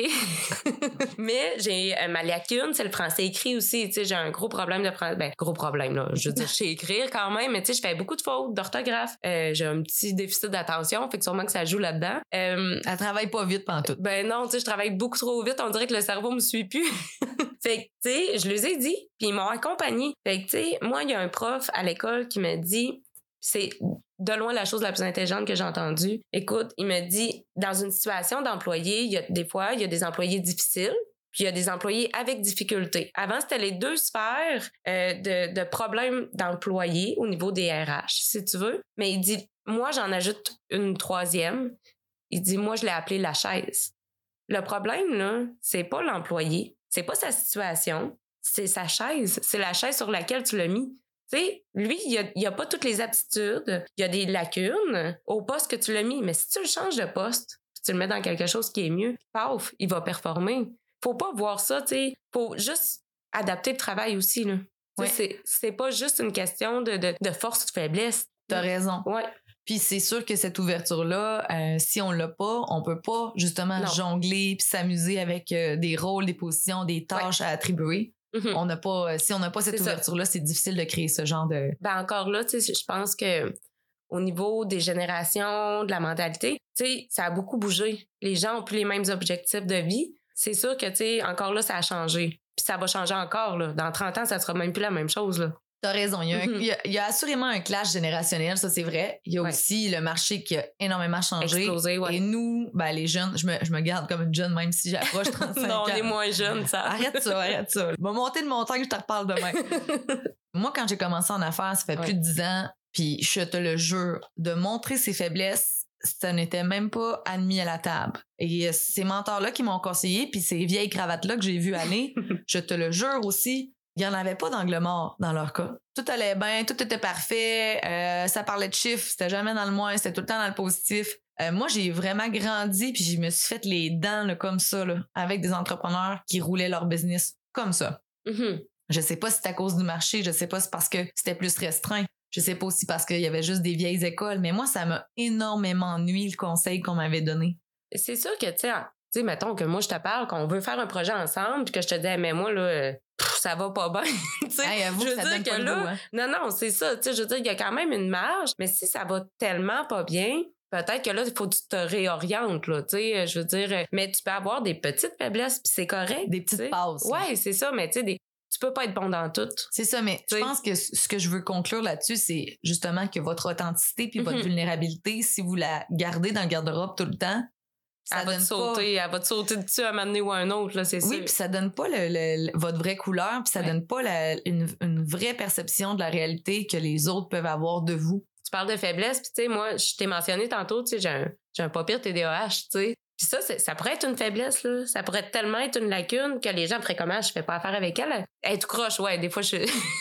Mais j'ai euh, ma lacune, c'est le français écrit aussi. Tu sais, j'ai un gros problème de français. Ben, gros problème, là. Je veux dire, je sais écrire quand même, mais tu sais, je fais beaucoup de fautes d'orthographe. Euh, j'ai un petit déficit d'attention, fait que sûrement que ça joue là-dedans. Euh, Elle travaille pas vite pantoute. Ben non, tu sais, je travaille beaucoup trop vite. On dirait que le cerveau me suit plus. Fait que, tu sais, je les ai dit, puis ils m'ont accompagné. Fait que, tu sais, moi, il y a un prof à l'école qui me dit... C'est de loin la chose la plus intelligente que j'ai entendue. Écoute, il me dit, dans une situation d'employé, il y a des fois, il y a des employés difficiles, puis il y a des employés avec difficulté. Avant, c'était les deux sphères euh, de, de problèmes d'employés au niveau des R H, si tu veux. Mais il dit, moi, j'en ajoute une troisième. Il dit, moi, je l'ai appelé la chaise. Le problème, là, c'est pas l'employé, c'est pas sa situation, c'est sa chaise. C'est la chaise sur laquelle tu l'as mis. Tu sais, lui, il n'y a, a pas toutes les aptitudes. Il y a des lacunes au poste que tu l'as mis. Mais si tu le changes de poste, puis tu le mets dans quelque chose qui est mieux, paf, il va performer. Faut pas voir ça, tu sais. Faut juste adapter le travail aussi, là. Ouais. C'est, c'est pas juste une question de, de, de force ou de faiblesse. T'as raison. Ouais. Puis c'est sûr que cette ouverture-là, euh, si on l'a pas, on peut pas justement non. jongler puis s'amuser avec euh, des rôles, des positions, des tâches ouais. à attribuer. Mm-hmm. On n'a pas, si on n'a pas cette c'est ouverture-là, ça. C'est difficile de créer ce genre de... Ben encore là, tu sais, je pense que au niveau des générations, de la mentalité, tu sais, ça a beaucoup bougé. Les gens ont plus les mêmes objectifs de vie. C'est sûr que, tu sais, encore là, ça a changé. Puis ça va changer encore, là. Dans trente ans, ça sera même plus la même chose, là. T'as raison. Il y, a un, mm-hmm. il, y a, il y a assurément un clash générationnel, ça c'est vrai. Il y a ouais. aussi le marché qui a énormément changé. Explosé, ouais. Et nous, ben, les jeunes, je me, je me garde comme une jeune même si j'approche trente-cinq non, ans. Non, on est moins jeunes, ça. Arrête ça, arrête ça. Je vais monter de montagne, je te reparle demain. Moi, quand j'ai commencé en affaires, ça fait ouais. plus de dix ans, Puis je te le jure, de montrer ses faiblesses, ça n'était même pas admis à la table. Et ces mentors-là qui m'ont conseillé, puis ces vieilles cravates-là que j'ai vues aller, je te le jure aussi, il n'y en avait pas d'angle mort dans leur cas. Tout allait bien, tout était parfait, euh, ça parlait de chiffres, c'était jamais dans le moins, c'était tout le temps dans le positif. Euh, moi, j'ai vraiment grandi, puis je me suis fait les dents là, comme ça, là, avec des entrepreneurs qui roulaient leur business comme ça. Mm-hmm. Je sais pas si c'est à cause du marché, je sais pas si c'est parce que c'était plus restreint, je sais pas aussi parce qu'il y avait juste des vieilles écoles, mais moi, ça m'a énormément nui le conseil qu'on m'avait donné. C'est sûr que, tu sais, tu sais, mettons que moi, je te parle, qu'on veut faire un projet ensemble, puis que je te dis, mais moi, là, pff, ça va pas bien. tu sais, hey, avoue, je veux ça dire donne que pas le là, goût, hein? non, non, c'est ça. Tu sais, je veux dire, il y a quand même une marge, mais si ça va tellement pas bien, peut-être que là, il faut que tu te réorientes, là, tu sais, je veux dire, mais tu peux avoir des petites faiblesses, puis c'est correct. Des petites t'sais. passes. Ouais, c'est ça, mais tu sais, des... tu peux pas être bon dans tout. C'est ça, mais t'sais. Je pense que ce que je veux conclure là-dessus, c'est justement que votre authenticité puis votre Mm-hmm. vulnérabilité, si vous la gardez dans le garde-robe tout le temps, ça elle va donne te sauter, pas... elle va te sauter dessus à un moment donné ou à un autre, là, c'est sûr. Oui, puis ça donne pas le, le, le, votre vraie couleur, puis ça ouais. donne pas la, une, une vraie perception de la réalité que les autres peuvent avoir de vous. Tu parles de faiblesse, puis tu sais, moi, je t'ai mentionné tantôt, tu sais, j'ai un, j'ai un pas pire T D A H, tu sais. Puis ça, c'est, ça pourrait être une faiblesse, là. Ça pourrait tellement être une lacune que les gens feraient comment? Je fais pas affaire avec elle. Elle est tout croche, ouais. Des fois, je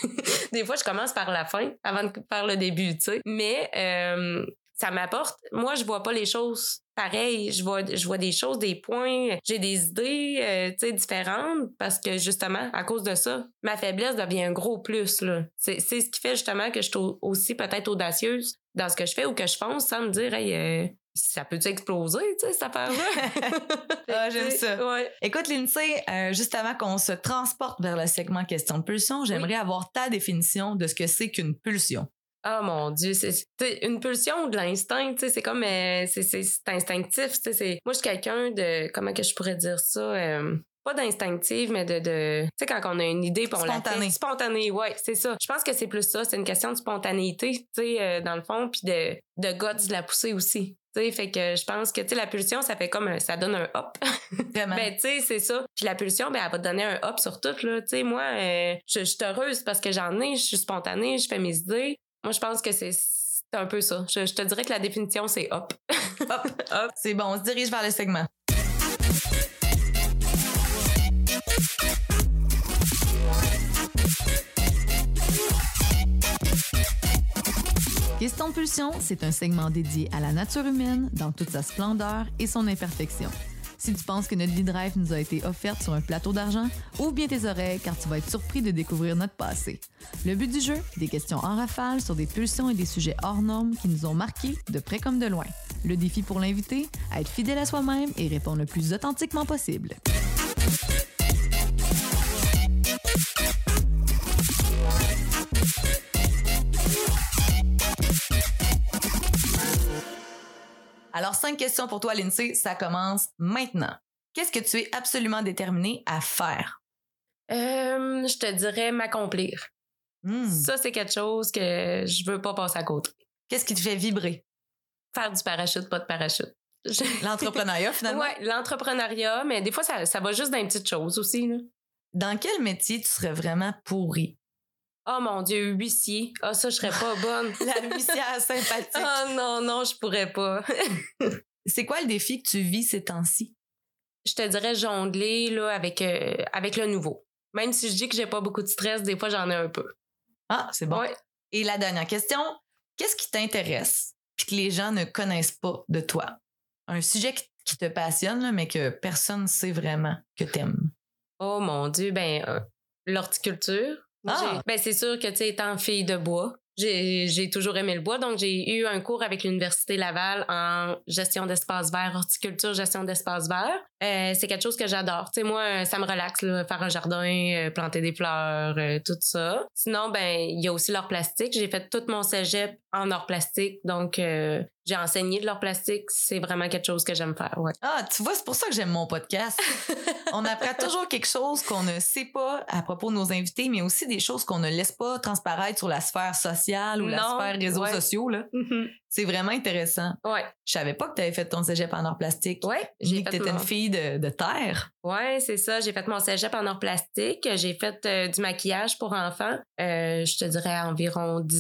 des fois, je commence par la fin avant de faire le début, tu sais. Mais euh, ça m'apporte... Moi, je vois pas les choses pareilles. Je vois, je vois des choses, des points. J'ai des idées, euh, tu sais, différentes parce que, justement, à cause de ça, ma faiblesse devient un gros plus, là. C'est, c'est ce qui fait, justement, que je suis aussi peut-être audacieuse dans ce que je fais ou que je fonce sans me dire, hey... Euh, ça peut-tu exploser, tu sais, cette affaire-là? Ah, j'aime ça. Ouais. Écoute, Lindsay, euh, juste avant qu'on se transporte vers le segment question de pulsion, j'aimerais oui. avoir ta définition de ce que c'est qu'une pulsion. Ah, oh, mon Dieu, c'est, c'est une pulsion ou de l'instinct, tu sais, c'est comme, euh, c'est, c'est, c'est instinctif, tu sais, c'est... Moi, je suis quelqu'un de, comment que je pourrais dire ça? Euh... Pas d'instinctive, mais de... de... Tu sais, quand on a une idée, puis on la fait... Spontané, ouais, c'est ça. Je pense que c'est plus ça, c'est une question de spontanéité, tu sais, euh, dans le fond, puis de, de guts de la pousser aussi. Tu sais, fait que je pense que, tu sais, la pulsion, ça fait comme... Un, ça donne un hop. Vraiment. Ben, tu sais, c'est ça. Puis la pulsion, ben, elle va te donner un hop sur tout, là. Tu sais, moi, euh, je, je suis heureuse parce que j'en ai, je suis spontanée, je fais mes idées. Moi, je pense que c'est... C'est un peu ça. Je, je te dirais que la définition, c'est hop. Hop, hop. C'est bon, on se dirige vers le segment. Question de pulsion, c'est un segment dédié à la nature humaine dans toute sa splendeur et son imperfection. Si tu penses que notre vie de rêve nous a été offerte sur un plateau d'argent, ouvre bien tes oreilles car tu vas être surpris de découvrir notre passé. Le but du jeu, des questions en rafale sur des pulsions et des sujets hors normes qui nous ont marqués de près comme de loin. Le défi pour l'invité, être fidèle à soi-même et répondre le plus authentiquement possible. Alors, cinq questions pour toi, Lindsay. Ça commence maintenant. Qu'est-ce que tu es absolument déterminée à faire? Euh, je te dirais m'accomplir. Mm. Ça, c'est quelque chose que je veux pas passer à côté. Qu'est-ce qui te fait vibrer? Faire du parachute, pas de parachute. L'entrepreneuriat, finalement? Oui, l'entrepreneuriat, mais des fois, ça, ça va juste dans les petites choses aussi, là. Dans quel métier tu serais vraiment pourrie? Oh mon Dieu, huissier. Ah, oh, ça, je serais pas bonne. La huissière sympathique. Oh non, non, je pourrais pas. C'est quoi le défi que tu vis ces temps-ci? Je te dirais jongler là, avec, euh, avec le nouveau. Même si je dis que j'ai pas beaucoup de stress, des fois, j'en ai un peu. Ah, c'est bon. Ouais. Et la dernière question, qu'est-ce qui t'intéresse puis que les gens ne connaissent pas de toi? Un sujet qui te passionne, là, mais que personne ne sait vraiment que t'aimes. Oh mon Dieu, ben, euh, l'horticulture. Ah. Ben, c'est sûr que, tu sais, étant fille de bois, j'ai, j'ai toujours aimé le bois. Donc, j'ai eu un cours avec l'Université Laval en gestion d'espace vert, horticulture, gestion d'espace vert. Euh, c'est quelque chose que j'adore. Tu sais, moi, ça me relaxe, là, faire un jardin, euh, planter des fleurs, euh, tout ça. Sinon, ben, il y a aussi l'art plastique. J'ai fait tout mon cégep en art plastique. Donc, euh, j'ai enseigné de l'art plastique. C'est vraiment quelque chose que j'aime faire, ouais. Ah, tu vois, c'est pour ça que j'aime mon podcast. On apprend toujours quelque chose qu'on ne sait pas à propos de nos invités, mais aussi des choses qu'on ne laisse pas transparaître sur la sphère sociale ou non, la sphère réseaux ouais. sociaux, là. Mm-hmm. C'est vraiment intéressant. Ouais. Je savais pas que tu avais fait ton cégep en art plastique. Ouais. J'ai que tu étais mon... une fille de, de terre. Ouais, c'est ça. J'ai fait mon cégep en art plastique. J'ai fait euh, du maquillage pour enfants. Euh, je te dirais environ dix ans.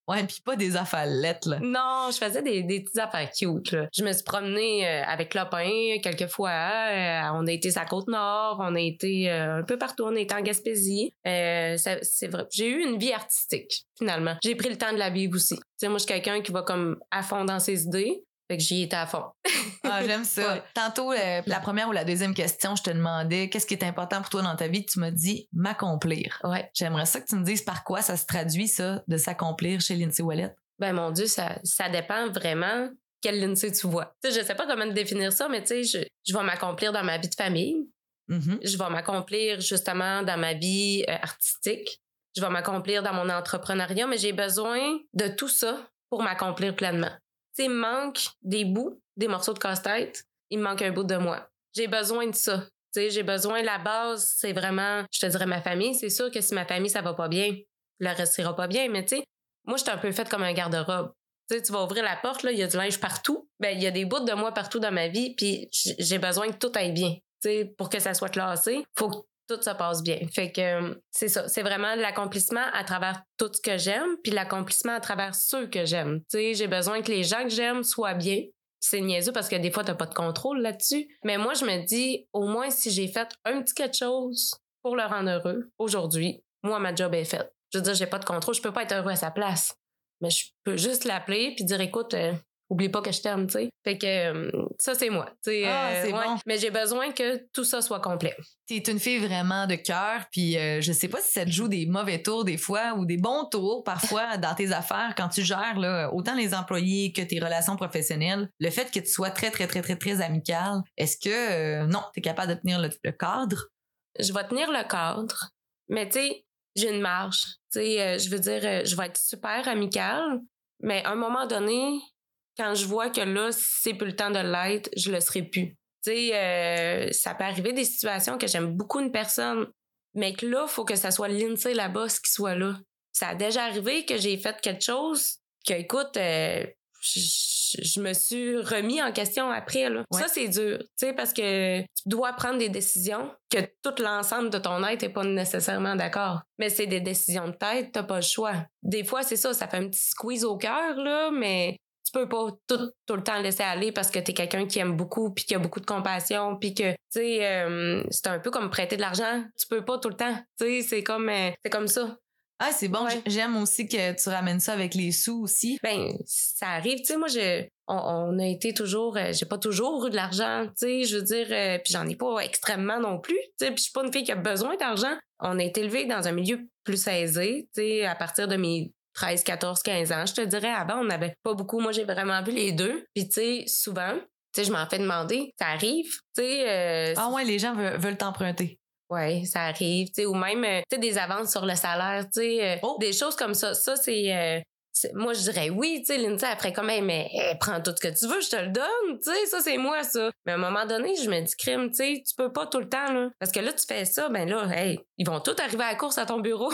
Ouais, puis pas des affaires lettres, là. Non, je faisais des, des petites affaires cute, là. Je me suis promenée euh, avec Lopin quelques fois. Euh, on a été sur la Côte-Nord, on a été euh, un peu partout, on a été en Gaspésie. Euh, ça, c'est vrai. J'ai eu une vie artistique, finalement. J'ai pris le temps de la vivre aussi. Tu sais, moi, je suis quelqu'un qui va comme à fond dans ses idées. Fait que j'y étais à fond. Ah, j'aime ça. Ouais. Tantôt, euh, la première ou la deuxième question, je te demandais qu'est-ce qui est important pour toi dans ta vie. Tu m'as dit m'accomplir. Ouais. J'aimerais ça que tu me dises par quoi ça se traduit, ça, de s'accomplir chez Lindsay Ouellette. Ben, mon Dieu, ça, ça dépend vraiment quelle Lindsay tu vois. Tu sais, je sais pas comment définir ça, mais tu sais, je, je vais m'accomplir dans ma vie de famille. Mm-hmm. Je vais m'accomplir justement dans ma vie euh, artistique. Je vais m'accomplir dans mon entrepreneuriat, mais j'ai besoin de tout ça pour m'accomplir pleinement. Tu sais, il me manque des bouts, des morceaux de casse-tête. Il me manque un bout de moi. J'ai besoin de ça. Tu sais, j'ai besoin, la base, c'est vraiment, je te dirais ma famille. C'est sûr que si ma famille, ça va pas bien, le reste ira pas bien, mais tu sais, moi, je suis un peu faite comme un garde-robe. Tu sais, tu vas ouvrir la porte, là, il y a du linge partout. Ben, il y a des bouts de moi partout dans ma vie, puis j'ai besoin que tout aille bien. Tu sais, pour que ça soit classé, faut que tout se passe bien. Fait que euh, c'est ça. C'est vraiment l'accomplissement à travers tout ce que j'aime, puis l'accomplissement à travers ceux que j'aime. Tu sais, j'ai besoin que les gens que j'aime soient bien. C'est niaiseux parce que des fois, t'as pas de contrôle là-dessus. Mais moi, je me dis, au moins, si j'ai fait un petit quelque chose pour le rendre heureux, aujourd'hui, moi, ma job est faite. Je veux dire, j'ai pas de contrôle. Je peux pas être heureux à sa place. Mais je peux juste l'appeler puis dire, écoute, euh, oublie pas que je t'aime, tu sais. Fait que euh, ça, c'est moi. Ah, euh, c'est ouais. bon. Mais j'ai besoin que tout ça soit complet. T'es une fille vraiment de cœur, puis euh, je sais pas si ça te joue des mauvais tours des fois ou des bons tours parfois dans tes affaires quand tu gères là, autant les employés que tes relations professionnelles. Le fait que tu sois très, très, très, très, très amicale, est-ce que, euh, non, t'es capable de tenir le, le cadre? Je vais tenir le cadre, mais tu sais, j'ai une marge. Tu sais, euh, je veux dire, euh, je vais être super amicale, mais à un moment donné, quand je vois que là, c'est plus le temps de l'être, je le serai plus. Tu sais, euh, ça peut arriver des situations que j'aime beaucoup une personne, mais que là, il faut que ça soit Lindsay, la boss, qui soit là. Ça a déjà arrivé que j'ai fait quelque chose que, écoute, euh, je, je me suis remis en question après. Là. Ouais. Ça, c'est dur, tu sais, parce que tu dois prendre des décisions que tout l'ensemble de ton être n'est pas nécessairement d'accord. Mais c'est des décisions de tête, t'as pas le choix. Des fois, c'est ça, ça fait un petit squeeze au cœur, là, mais tu peux pas tout, tout le temps laisser aller parce que t'es quelqu'un qui aime beaucoup puis qui a beaucoup de compassion puis que, tu sais, euh, c'est un peu comme prêter de l'argent. Tu peux pas tout le temps, tu sais, c'est comme, euh, c'est comme ça. Ah, c'est bon. Ouais. J'aime aussi que tu ramènes ça avec les sous aussi. Ben, ça arrive. Tu sais, moi, je, on, on a été toujours... Euh, j'ai pas toujours eu de l'argent, tu sais, je veux dire... Euh, puis j'en ai pas extrêmement non plus, tu sais. Puis je suis pas une fille qui a besoin d'argent. On a été élevés dans un milieu plus aisé, tu sais, à partir de mes treize, quatorze, quinze ans. Je te dirais, avant, on n'avait pas beaucoup. Moi, j'ai vraiment vu les deux. Puis, tu sais, souvent, tu sais, je m'en fais demander. Ça arrive, tu sais... Euh, ah ouais, les gens veulent, veulent t'emprunter. Oui, ça arrive, tu sais, ou même, euh, tu sais, des avances sur le salaire, tu sais, euh, oh. des choses comme ça. Ça, c'est, euh, c'est moi, je dirais oui, tu sais, Lindsay, elle ferait comme, hey, mais hey, prends tout ce que tu veux, je te le donne, tu sais, ça, c'est moi, ça. Mais à un moment donné, je me dis, crime, tu sais, tu peux pas tout le temps, là. Parce que là, tu fais ça, ben là, hey, ils vont tous arriver à la course à ton bureau.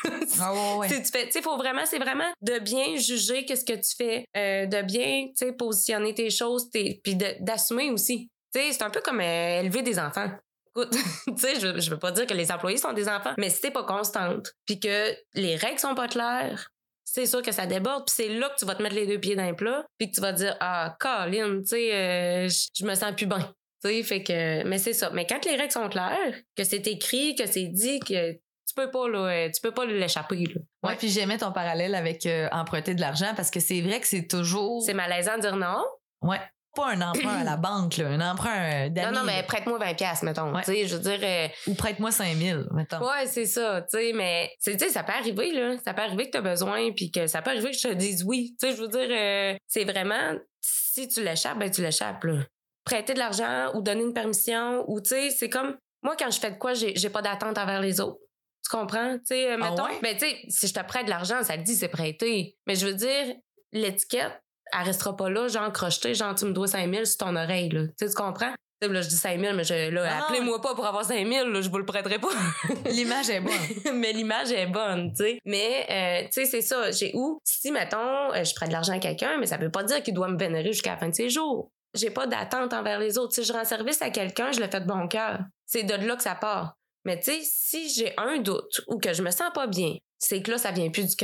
Ah ouais, ouais. Tu fais, tu sais, faut vraiment, c'est vraiment de bien juger qu'est-ce que tu fais, euh, de bien, tu sais, positionner tes choses, tes, puis de, d'assumer aussi. Tu sais, c'est un peu comme euh, élever des enfants. Écoute, tu sais, je, je veux pas dire que les employés sont des enfants, mais si t'es pas constante, puis que les règles sont pas claires, c'est sûr que ça déborde, puis c'est là que tu vas te mettre les deux pieds dans le plat, puis que tu vas te dire, ah, Colin, tu sais, euh, je me sens plus bien. Tu sais, fait que, mais c'est ça. Mais quand les règles sont claires, que c'est écrit, que c'est dit, que tu peux pas, là, tu peux pas l'échapper, là. Ouais, ouais, puis j'aimais ton parallèle avec euh, emprunter de l'argent, parce que c'est vrai que c'est toujours... C'est malaisant de dire non. Ouais. Pas un emprunt à la banque, là, un emprunt d'amis. Non, non, mais prête-moi vingt piastres, mettons. Ouais. Tu sais, je veux dire... Euh... Ou prête-moi cinq mille, mettons. Ouais, c'est ça, tu sais, mais tu sais, ça peut arriver, là. Ça peut arriver que t'as besoin, puis que ça peut arriver que je te dise oui. Tu sais, je veux dire, euh, c'est vraiment... Si tu l'échappes, ben tu l'échappes, là. Prêter de l'argent ou donner une permission, ou tu sais, c'est comme... Moi, quand je fais de quoi, j'ai, j'ai pas d'attente envers les autres. Tu comprends? Tu sais, mettons... Ah ouais? Ben, tu sais, si je te prête de l'argent, ça te dit c'est prêté. Mais je veux dire, l'étiquette, elle restera pas là, genre crochetée, genre tu me dois cinq mille sur ton oreille, là. Tu sais, tu comprends? Tu sais, là, je dis cinq mille, mais je, là, ah. appelez-moi pas pour avoir cinq mille, là, je vous le prêterai pas. L'image est bonne. Mais l'image est bonne, tu sais. Mais, euh, tu sais, c'est ça. J'ai où? Si, mettons, je prête de l'argent à quelqu'un, mais ça veut pas dire qu'il doit me vénérer jusqu'à la fin de ses jours. J'ai pas d'attente envers les autres. Si je rends service à quelqu'un, je le fais de bon cœur. C'est de là que ça part. Mais tu sais, si j'ai un doute ou que je me sens pas bien, c'est que là, ça vient plus du cœur.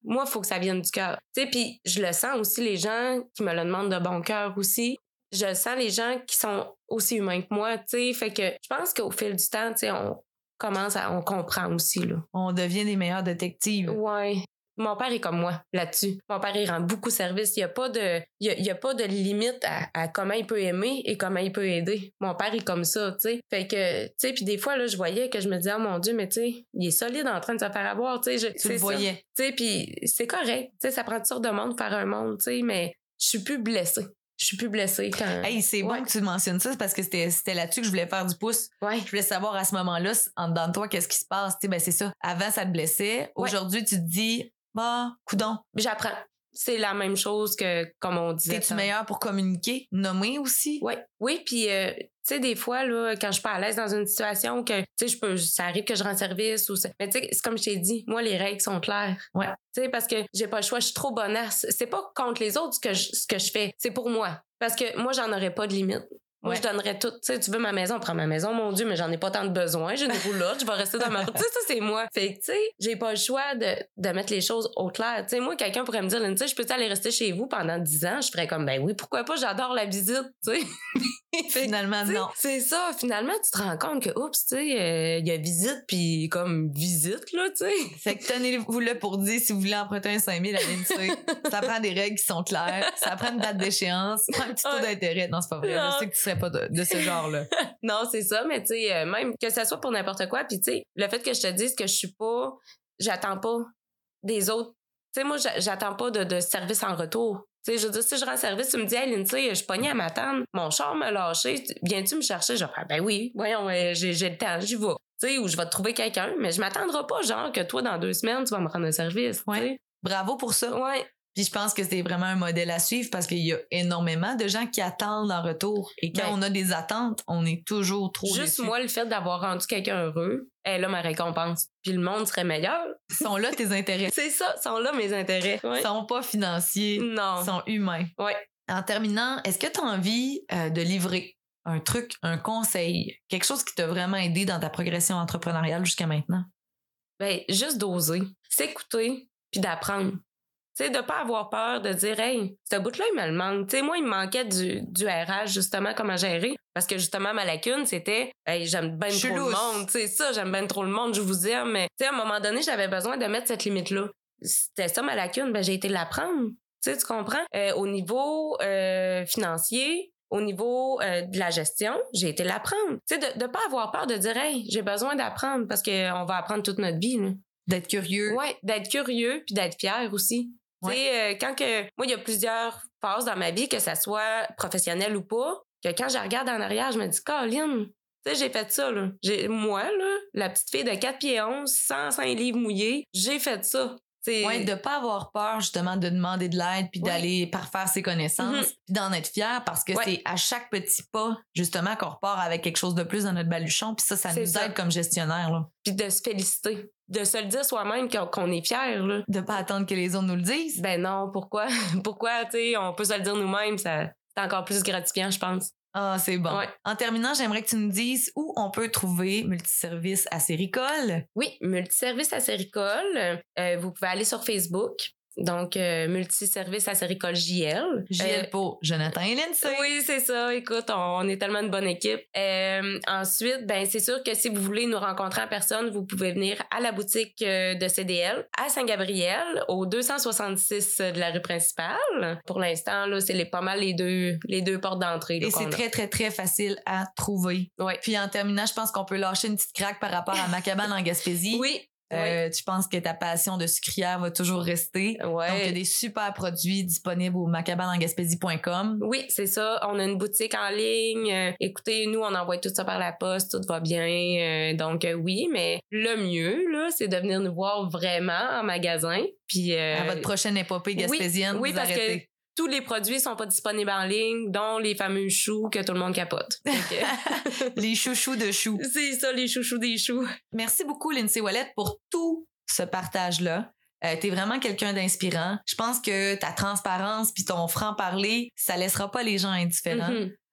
Moi, il faut que ça vienne du cœur. Tu sais, puis je le sens aussi, les gens qui me le demandent de bon cœur aussi. Je sens les gens qui sont aussi humains que moi, tu sais. Fait que je pense qu'au fil du temps, tu sais, on commence à... On comprend aussi, là. On devient des meilleurs détectives. Ouais. Mon père est comme moi là-dessus. Mon père, il rend beaucoup service. Il n'y a pas de, il y a, il y a pas de limite à, à comment il peut aimer et comment il peut aider. Mon père est comme ça, tu sais. Fait que, tu sais, puis des fois, là, je voyais que je me disais, oh mon Dieu, mais tu sais, il est solide en train de se faire avoir, tu sais. Tu le voyais. Tu sais, puis c'est correct. Tu sais, ça prend toutes sortes de monde faire un monde, tu sais, mais je suis plus blessée. Je suis plus blessée quand... Hey, c'est ouais. bon que tu mentionnes ça, c'est parce que c'était, c'était là-dessus que je voulais faire du pouce. Ouais. Je voulais savoir à ce moment-là, en dedans de toi, qu'est-ce qui se passe. Tu sais, ben c'est ça. Avant, ça te blessait. Aujourd'hui, ouais. Tu te dis... Bah, coudonc. J'apprends. C'est la même chose que, comme on disait. T'es-tu meilleure pour communiquer? Nommer aussi? Oui. Oui, puis, euh, tu sais, des fois, là, quand je suis pas à l'aise dans une situation, que, tu sais, je peux, ça arrive que je rends service ou ça. Mais tu sais, c'est comme je t'ai dit, moi, les règles sont claires. Ouais. Tu sais, parce que j'ai pas le choix, je suis trop bonasse. C'est pas contre les autres ce que je, ce que je fais, c'est pour moi. Parce que moi, j'en aurais pas de limite. Moi, ouais. Je donnerais tout. Tu sais, tu veux ma maison, prends ma maison, mon Dieu, mais j'en ai pas tant de besoin. J'ai une roulotte, je vais rester dans ma... Tu sais, ça, c'est moi. Fait que, tu sais, j'ai pas le choix de, de mettre les choses au clair. Tu sais, moi, quelqu'un pourrait me dire, tu sais, je peux aller rester chez vous pendant dix ans? Je ferais comme, ben oui, pourquoi pas, j'adore la visite, tu sais. Finalement, non. C'est ça. Finalement, tu te rends compte que, oups, tu sais, il euh, y a visite, puis comme visite, là, tu sais. Fait que tenez-vous là pour dire si vous voulez emprunter un cinq mille à l'I N S E E. Ça prend des règles qui sont claires. Ça prend une date d'échéance. Ça prend un petit taux ouais. d'intérêt. Non, c'est pas vrai. Non. Je sais que tu serais pas de, de ce genre-là. Non, c'est ça, mais tu sais, euh, même que ça soit pour n'importe quoi, puis tu sais, le fait que je te dise que je suis pas, j'attends pas des autres. Tu sais, moi, j'attends pas de, de service en retour. Tu sais, je veux dire, si je rends service, tu me dis, hey, Lindsay, je suis pognée à m'attendre, mon char m'a lâché, viens-tu me chercher? Je vais faire, ben oui, voyons, j'ai, j'ai le temps, j'y vais. Tu sais, ou je vais te trouver quelqu'un, mais je m'attendrai pas, genre, que toi, dans deux semaines, tu vas me rendre un service. Ouais. T'sais. Bravo pour ça. Ouais. Puis je pense que c'est vraiment un modèle à suivre parce qu'il y a énormément de gens qui attendent en retour. Et quand ben, on a des attentes, on est toujours trop Juste déçus. moi, le fait d'avoir rendu quelqu'un heureux, est là ma récompense. Puis le monde serait meilleur. Sont là tes intérêts. C'est ça, sont là mes intérêts. Ouais. Sont pas financiers. Non. Sont humains. Ouais. En terminant, est-ce que tu as envie euh, de livrer un truc, un conseil, quelque chose qui t'a vraiment aidé dans ta progression entrepreneuriale jusqu'à maintenant? Ben, juste d'oser, s'écouter, puis d'apprendre. Tu sais, de pas avoir peur de dire, hey, ce bout-là, il me le manque. Tu sais, moi, il me manquait du, du R H, justement, comment gérer. Parce que, justement, ma lacune, c'était, hey, j'aime bien trop le monde. Tu sais, ça, j'aime bien trop le monde, je vous aime. Mais, tu sais, à un moment donné, j'avais besoin de mettre cette limite-là. C'était ça, ma lacune. Ben, j'ai été l'apprendre. Tu sais, tu comprends? Euh, au niveau euh, financier, au niveau euh, de la gestion, j'ai été l'apprendre. Tu sais, de ne pas avoir peur de dire, hey, j'ai besoin d'apprendre parce qu'on va apprendre toute notre vie, là. D'être curieux. Oui, d'être curieux puis d'être fier aussi. Ouais. Tu sais, euh, quand que... Moi, il y a plusieurs phases dans ma vie, que ça soit professionnel ou pas, que quand je regarde en arrière, je me dis, Caroline, tu sais, j'ai fait ça, là. J'ai, moi, là, la petite fille de quatre pieds onze, cent cinq livres mouillés, j'ai fait ça. Oui, de pas avoir peur, justement, de demander de l'aide puis ouais. d'aller parfaire ses connaissances mm-hmm. puis d'en être fier parce que ouais. c'est à chaque petit pas, justement, qu'on repart avec quelque chose de plus dans notre baluchon puis ça, ça c'est nous ça. Aide comme gestionnaire, là. Puis de se féliciter. De se le dire soi-même qu'on, qu'on est fier, là. De pas attendre que les autres nous le disent. Ben non, pourquoi? Pourquoi, tu sais, on peut se le dire nous-mêmes, ça, c'est encore plus gratifiant, je pense. Ah, c'est bon. Ouais. En terminant, j'aimerais que tu nous dises où on peut trouver Multiservice Acéricole. Oui, Multiservice Acéricole. Euh, vous pouvez aller sur Facebook. Donc, euh, Multiservice Acéricole J L. J L euh, pour Jonathan et Lindsay. Oui, c'est ça. Écoute, on, on est tellement une bonne équipe. Euh, ensuite, ben c'est sûr que si vous voulez nous rencontrer en personne, vous pouvez venir à la boutique de C D L à Saint-Gabriel, au deux cent soixante-six de la rue principale. Pour l'instant, là, c'est les, pas mal les deux, les deux portes d'entrée. Là, et c'est très, très, très facile à trouver. Ouais. Puis en terminant, je pense qu'on peut lâcher une petite craque par rapport à ma cabane en Gaspésie. Oui. Euh, oui. Tu penses que ta passion de sucrière va toujours rester. Ouais. Donc, il y a des super produits disponibles au ma cabane en gaspésie point com. Oui, c'est ça. On a une boutique en ligne. Euh, écoutez, nous, on envoie tout ça par la poste. Tout va bien. Euh, donc, euh, oui, mais le mieux, là, c'est de venir nous voir vraiment en magasin. Puis, euh, à votre prochaine épopée gaspésienne, oui, oui, vous parce arrêtez. Que tous les produits sont pas disponibles en ligne, dont les fameux choux que tout le monde capote. Que... les chouchous de choux. C'est ça, les chouchous des choux. Merci beaucoup, Lindsay Ouellette, pour tout ce partage-là. Euh, t'es vraiment quelqu'un d'inspirant. Je pense que ta transparence puis ton franc-parler, ça laissera pas les gens indifférents. Mm-hmm.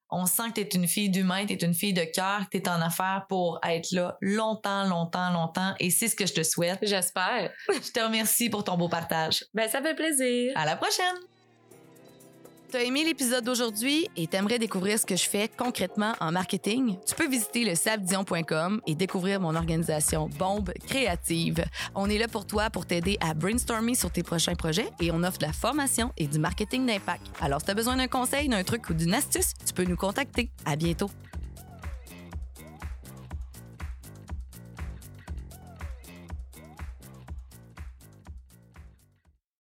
On sent que t'es une fille d'humain, t'es une fille de cœur, que t'es en affaires pour être là longtemps, longtemps, longtemps. Et c'est ce que je te souhaite. J'espère. Je te remercie pour ton beau partage. Ben, ça fait plaisir. À la prochaine! T'as aimé l'épisode d'aujourd'hui et t'aimerais découvrir ce que je fais concrètement en marketing? Tu peux visiter le sabdion point com et découvrir mon organisation Bombe Créative. On est là pour toi pour t'aider à brainstormer sur tes prochains projets et on offre de la formation et du marketing d'impact. Alors, si t'as besoin d'un conseil, d'un truc ou d'une astuce, tu peux nous contacter. À bientôt!